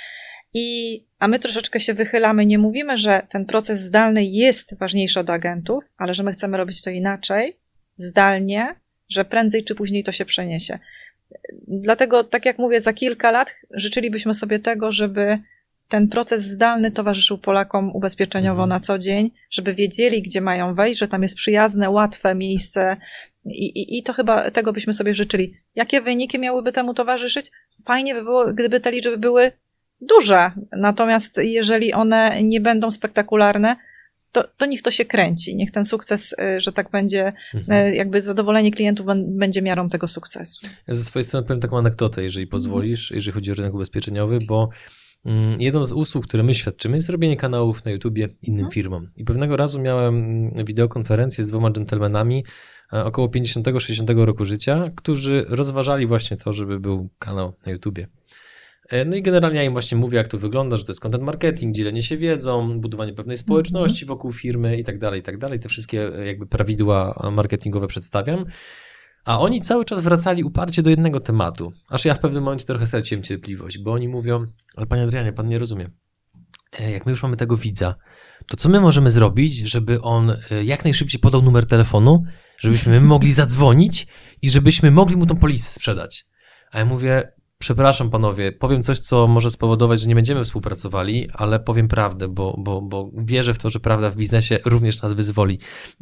A my troszeczkę się wychylamy, nie mówimy, że ten proces zdalny jest ważniejszy od agentów, ale że my chcemy robić to inaczej, zdalnie, że prędzej czy później to się przeniesie. Dlatego, tak jak mówię, za kilka lat życzylibyśmy sobie tego, żeby ten proces zdalny towarzyszył Polakom ubezpieczeniowo na co dzień, żeby wiedzieli, gdzie mają wejść, że tam jest przyjazne, łatwe miejsce i to chyba tego byśmy sobie życzyli. Jakie wyniki miałyby temu towarzyszyć? Fajnie by było, gdyby te liczby były duże, natomiast jeżeli one nie będą spektakularne, to niech to się kręci, niech ten sukces, że tak będzie, jakby zadowolenie klientów będzie miarą tego sukcesu. Ja ze swojej strony powiem taką anegdotę, jeżeli pozwolisz, jeżeli chodzi o rynek ubezpieczeniowy, bo jedną z usług, które my świadczymy, jest robienie kanałów na YouTubie innym firmom. I pewnego razu miałem wideokonferencję z 2 dżentelmenami około 50-60 roku życia, którzy rozważali właśnie to, żeby był kanał na YouTubie. No i generalnie ja im właśnie mówię, jak to wygląda, że to jest content marketing, dzielenie się wiedzą, budowanie pewnej społeczności wokół firmy i tak dalej, te wszystkie jakby prawidła marketingowe przedstawiam. A oni cały czas wracali uparcie do jednego tematu, aż ja w pewnym momencie trochę straciłem cierpliwość, bo oni mówią, ale panie Adrianie, pan nie rozumie, jak my już mamy tego widza, to co my możemy zrobić, żeby on jak najszybciej podał numer telefonu, żebyśmy mogli zadzwonić i żebyśmy mogli mu tą polisę sprzedać. A ja mówię, przepraszam panowie, powiem coś, co może spowodować, że nie będziemy współpracowali, ale powiem prawdę, bo wierzę w to, że prawda w biznesie również nas wyzwoli.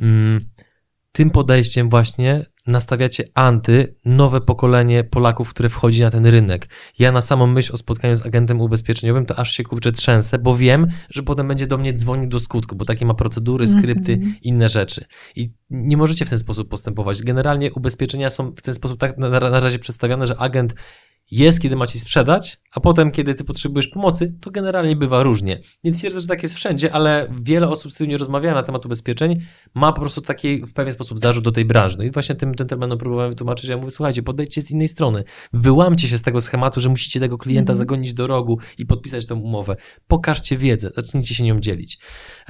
Tym podejściem właśnie nastawiacie nowe pokolenie Polaków, które wchodzi na ten rynek. Ja na samą myśl o spotkaniu z agentem ubezpieczeniowym to aż się kurczę trzęsę, bo wiem, że potem będzie do mnie dzwonił do skutku, bo takie ma procedury, skrypty, inne rzeczy. I nie możecie w ten sposób postępować. Generalnie ubezpieczenia są w ten sposób tak na razie przedstawiane, że agent jest, kiedy ma ci sprzedać, a potem, kiedy ty potrzebujesz pomocy, to generalnie bywa różnie. Nie twierdzę, że tak jest wszędzie, ale wiele osób, z którymi rozmawiałem na temat ubezpieczeń, ma po prostu taki w pewien sposób zarzut do tej branży. No i właśnie tym dżentelmenom próbowałem wytłumaczyć, że ja mówię, słuchajcie, podejdźcie z innej strony, wyłamcie się z tego schematu, że musicie tego klienta zagonić do rogu i podpisać tę umowę. Pokażcie wiedzę, zacznijcie się nią dzielić.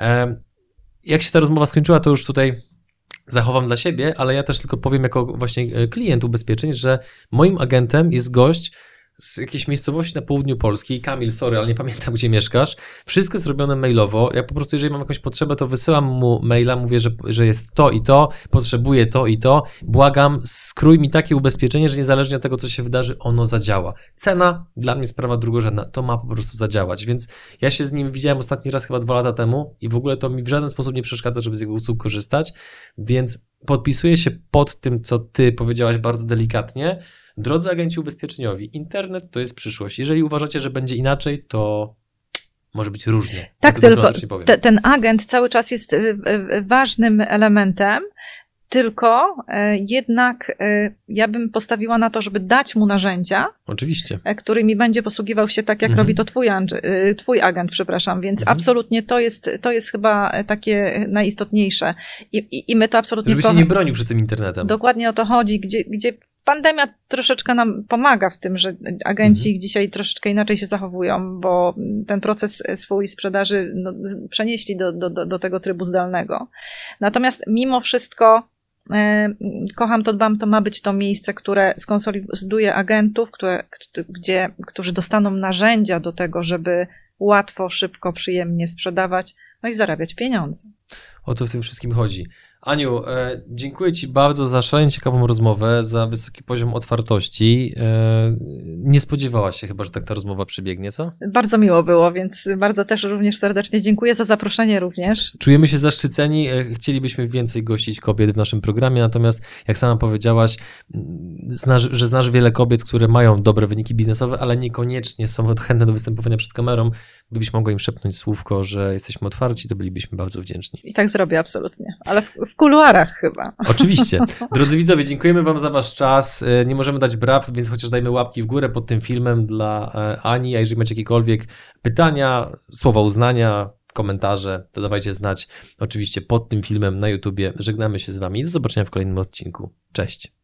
Jak się ta rozmowa skończyła, to już tutaj zachowam dla siebie, ale ja też tylko powiem jako właśnie klient ubezpieczeń, że moim agentem jest gość z jakiejś miejscowości na południu Polski. Kamil, sorry, ale nie pamiętam, gdzie mieszkasz. Wszystko jest robione mailowo. Ja po prostu, jeżeli mam jakąś potrzebę, to wysyłam mu maila, mówię, że jest to i to, potrzebuję to i to. Błagam, skrój mi takie ubezpieczenie, że niezależnie od tego, co się wydarzy, ono zadziała. Cena dla mnie sprawa drugorzędna. To ma po prostu zadziałać. Więc ja się z nim widziałem ostatni raz chyba 2 lata temu i w ogóle to mi w żaden sposób nie przeszkadza, żeby z jego usług korzystać. Więc podpisuję się pod tym, co ty powiedziałaś bardzo delikatnie. Drodzy agenci ubezpieczeniowi, internet to jest przyszłość. Jeżeli uważacie, że będzie inaczej, to może być różnie. Tak, tylko ten agent cały czas jest ważnym elementem, tylko jednak ja bym postawiła na to, żeby dać mu narzędzia, oczywiście, którymi będzie posługiwał się tak, jak robi to twój agent, przepraszam, więc absolutnie to jest chyba takie najistotniejsze. I my to absolutnie... Żeby się nie bronił przed tym internetem. Dokładnie o to chodzi, gdzie pandemia troszeczkę nam pomaga w tym, że agenci dzisiaj troszeczkę inaczej się zachowują, bo ten proces swój sprzedaży przenieśli do tego trybu zdalnego. Natomiast mimo wszystko kocham to, dbam, to ma być to miejsce, które skonsoliduje agentów, którzy dostaną narzędzia do tego, żeby łatwo, szybko, przyjemnie sprzedawać, no i zarabiać pieniądze. O to w tym wszystkim chodzi. Aniu, dziękuję Ci bardzo za szalenie ciekawą rozmowę, za wysoki poziom otwartości. Nie spodziewałaś się chyba, że tak ta rozmowa przebiegnie, co? Bardzo miło było, więc bardzo też również serdecznie dziękuję za zaproszenie również. Czujemy się zaszczyceni, chcielibyśmy więcej gościć kobiet w naszym programie, natomiast jak sama powiedziałaś, że znasz wiele kobiet, które mają dobre wyniki biznesowe, ale niekoniecznie są chętne do występowania przed kamerą. Gdybyś mogła im szepnąć słówko, że jesteśmy otwarci, to bylibyśmy bardzo wdzięczni. I tak zrobię absolutnie, ale w kuluarach chyba. Oczywiście. Drodzy widzowie, dziękujemy Wam za Wasz czas. Nie możemy dać braw, więc chociaż dajmy łapki w górę pod tym filmem dla Ani, a jeżeli macie jakiekolwiek pytania, słowa uznania, komentarze, to dawajcie znać oczywiście pod tym filmem na YouTubie. Żegnamy się z Wami i do zobaczenia w kolejnym odcinku. Cześć.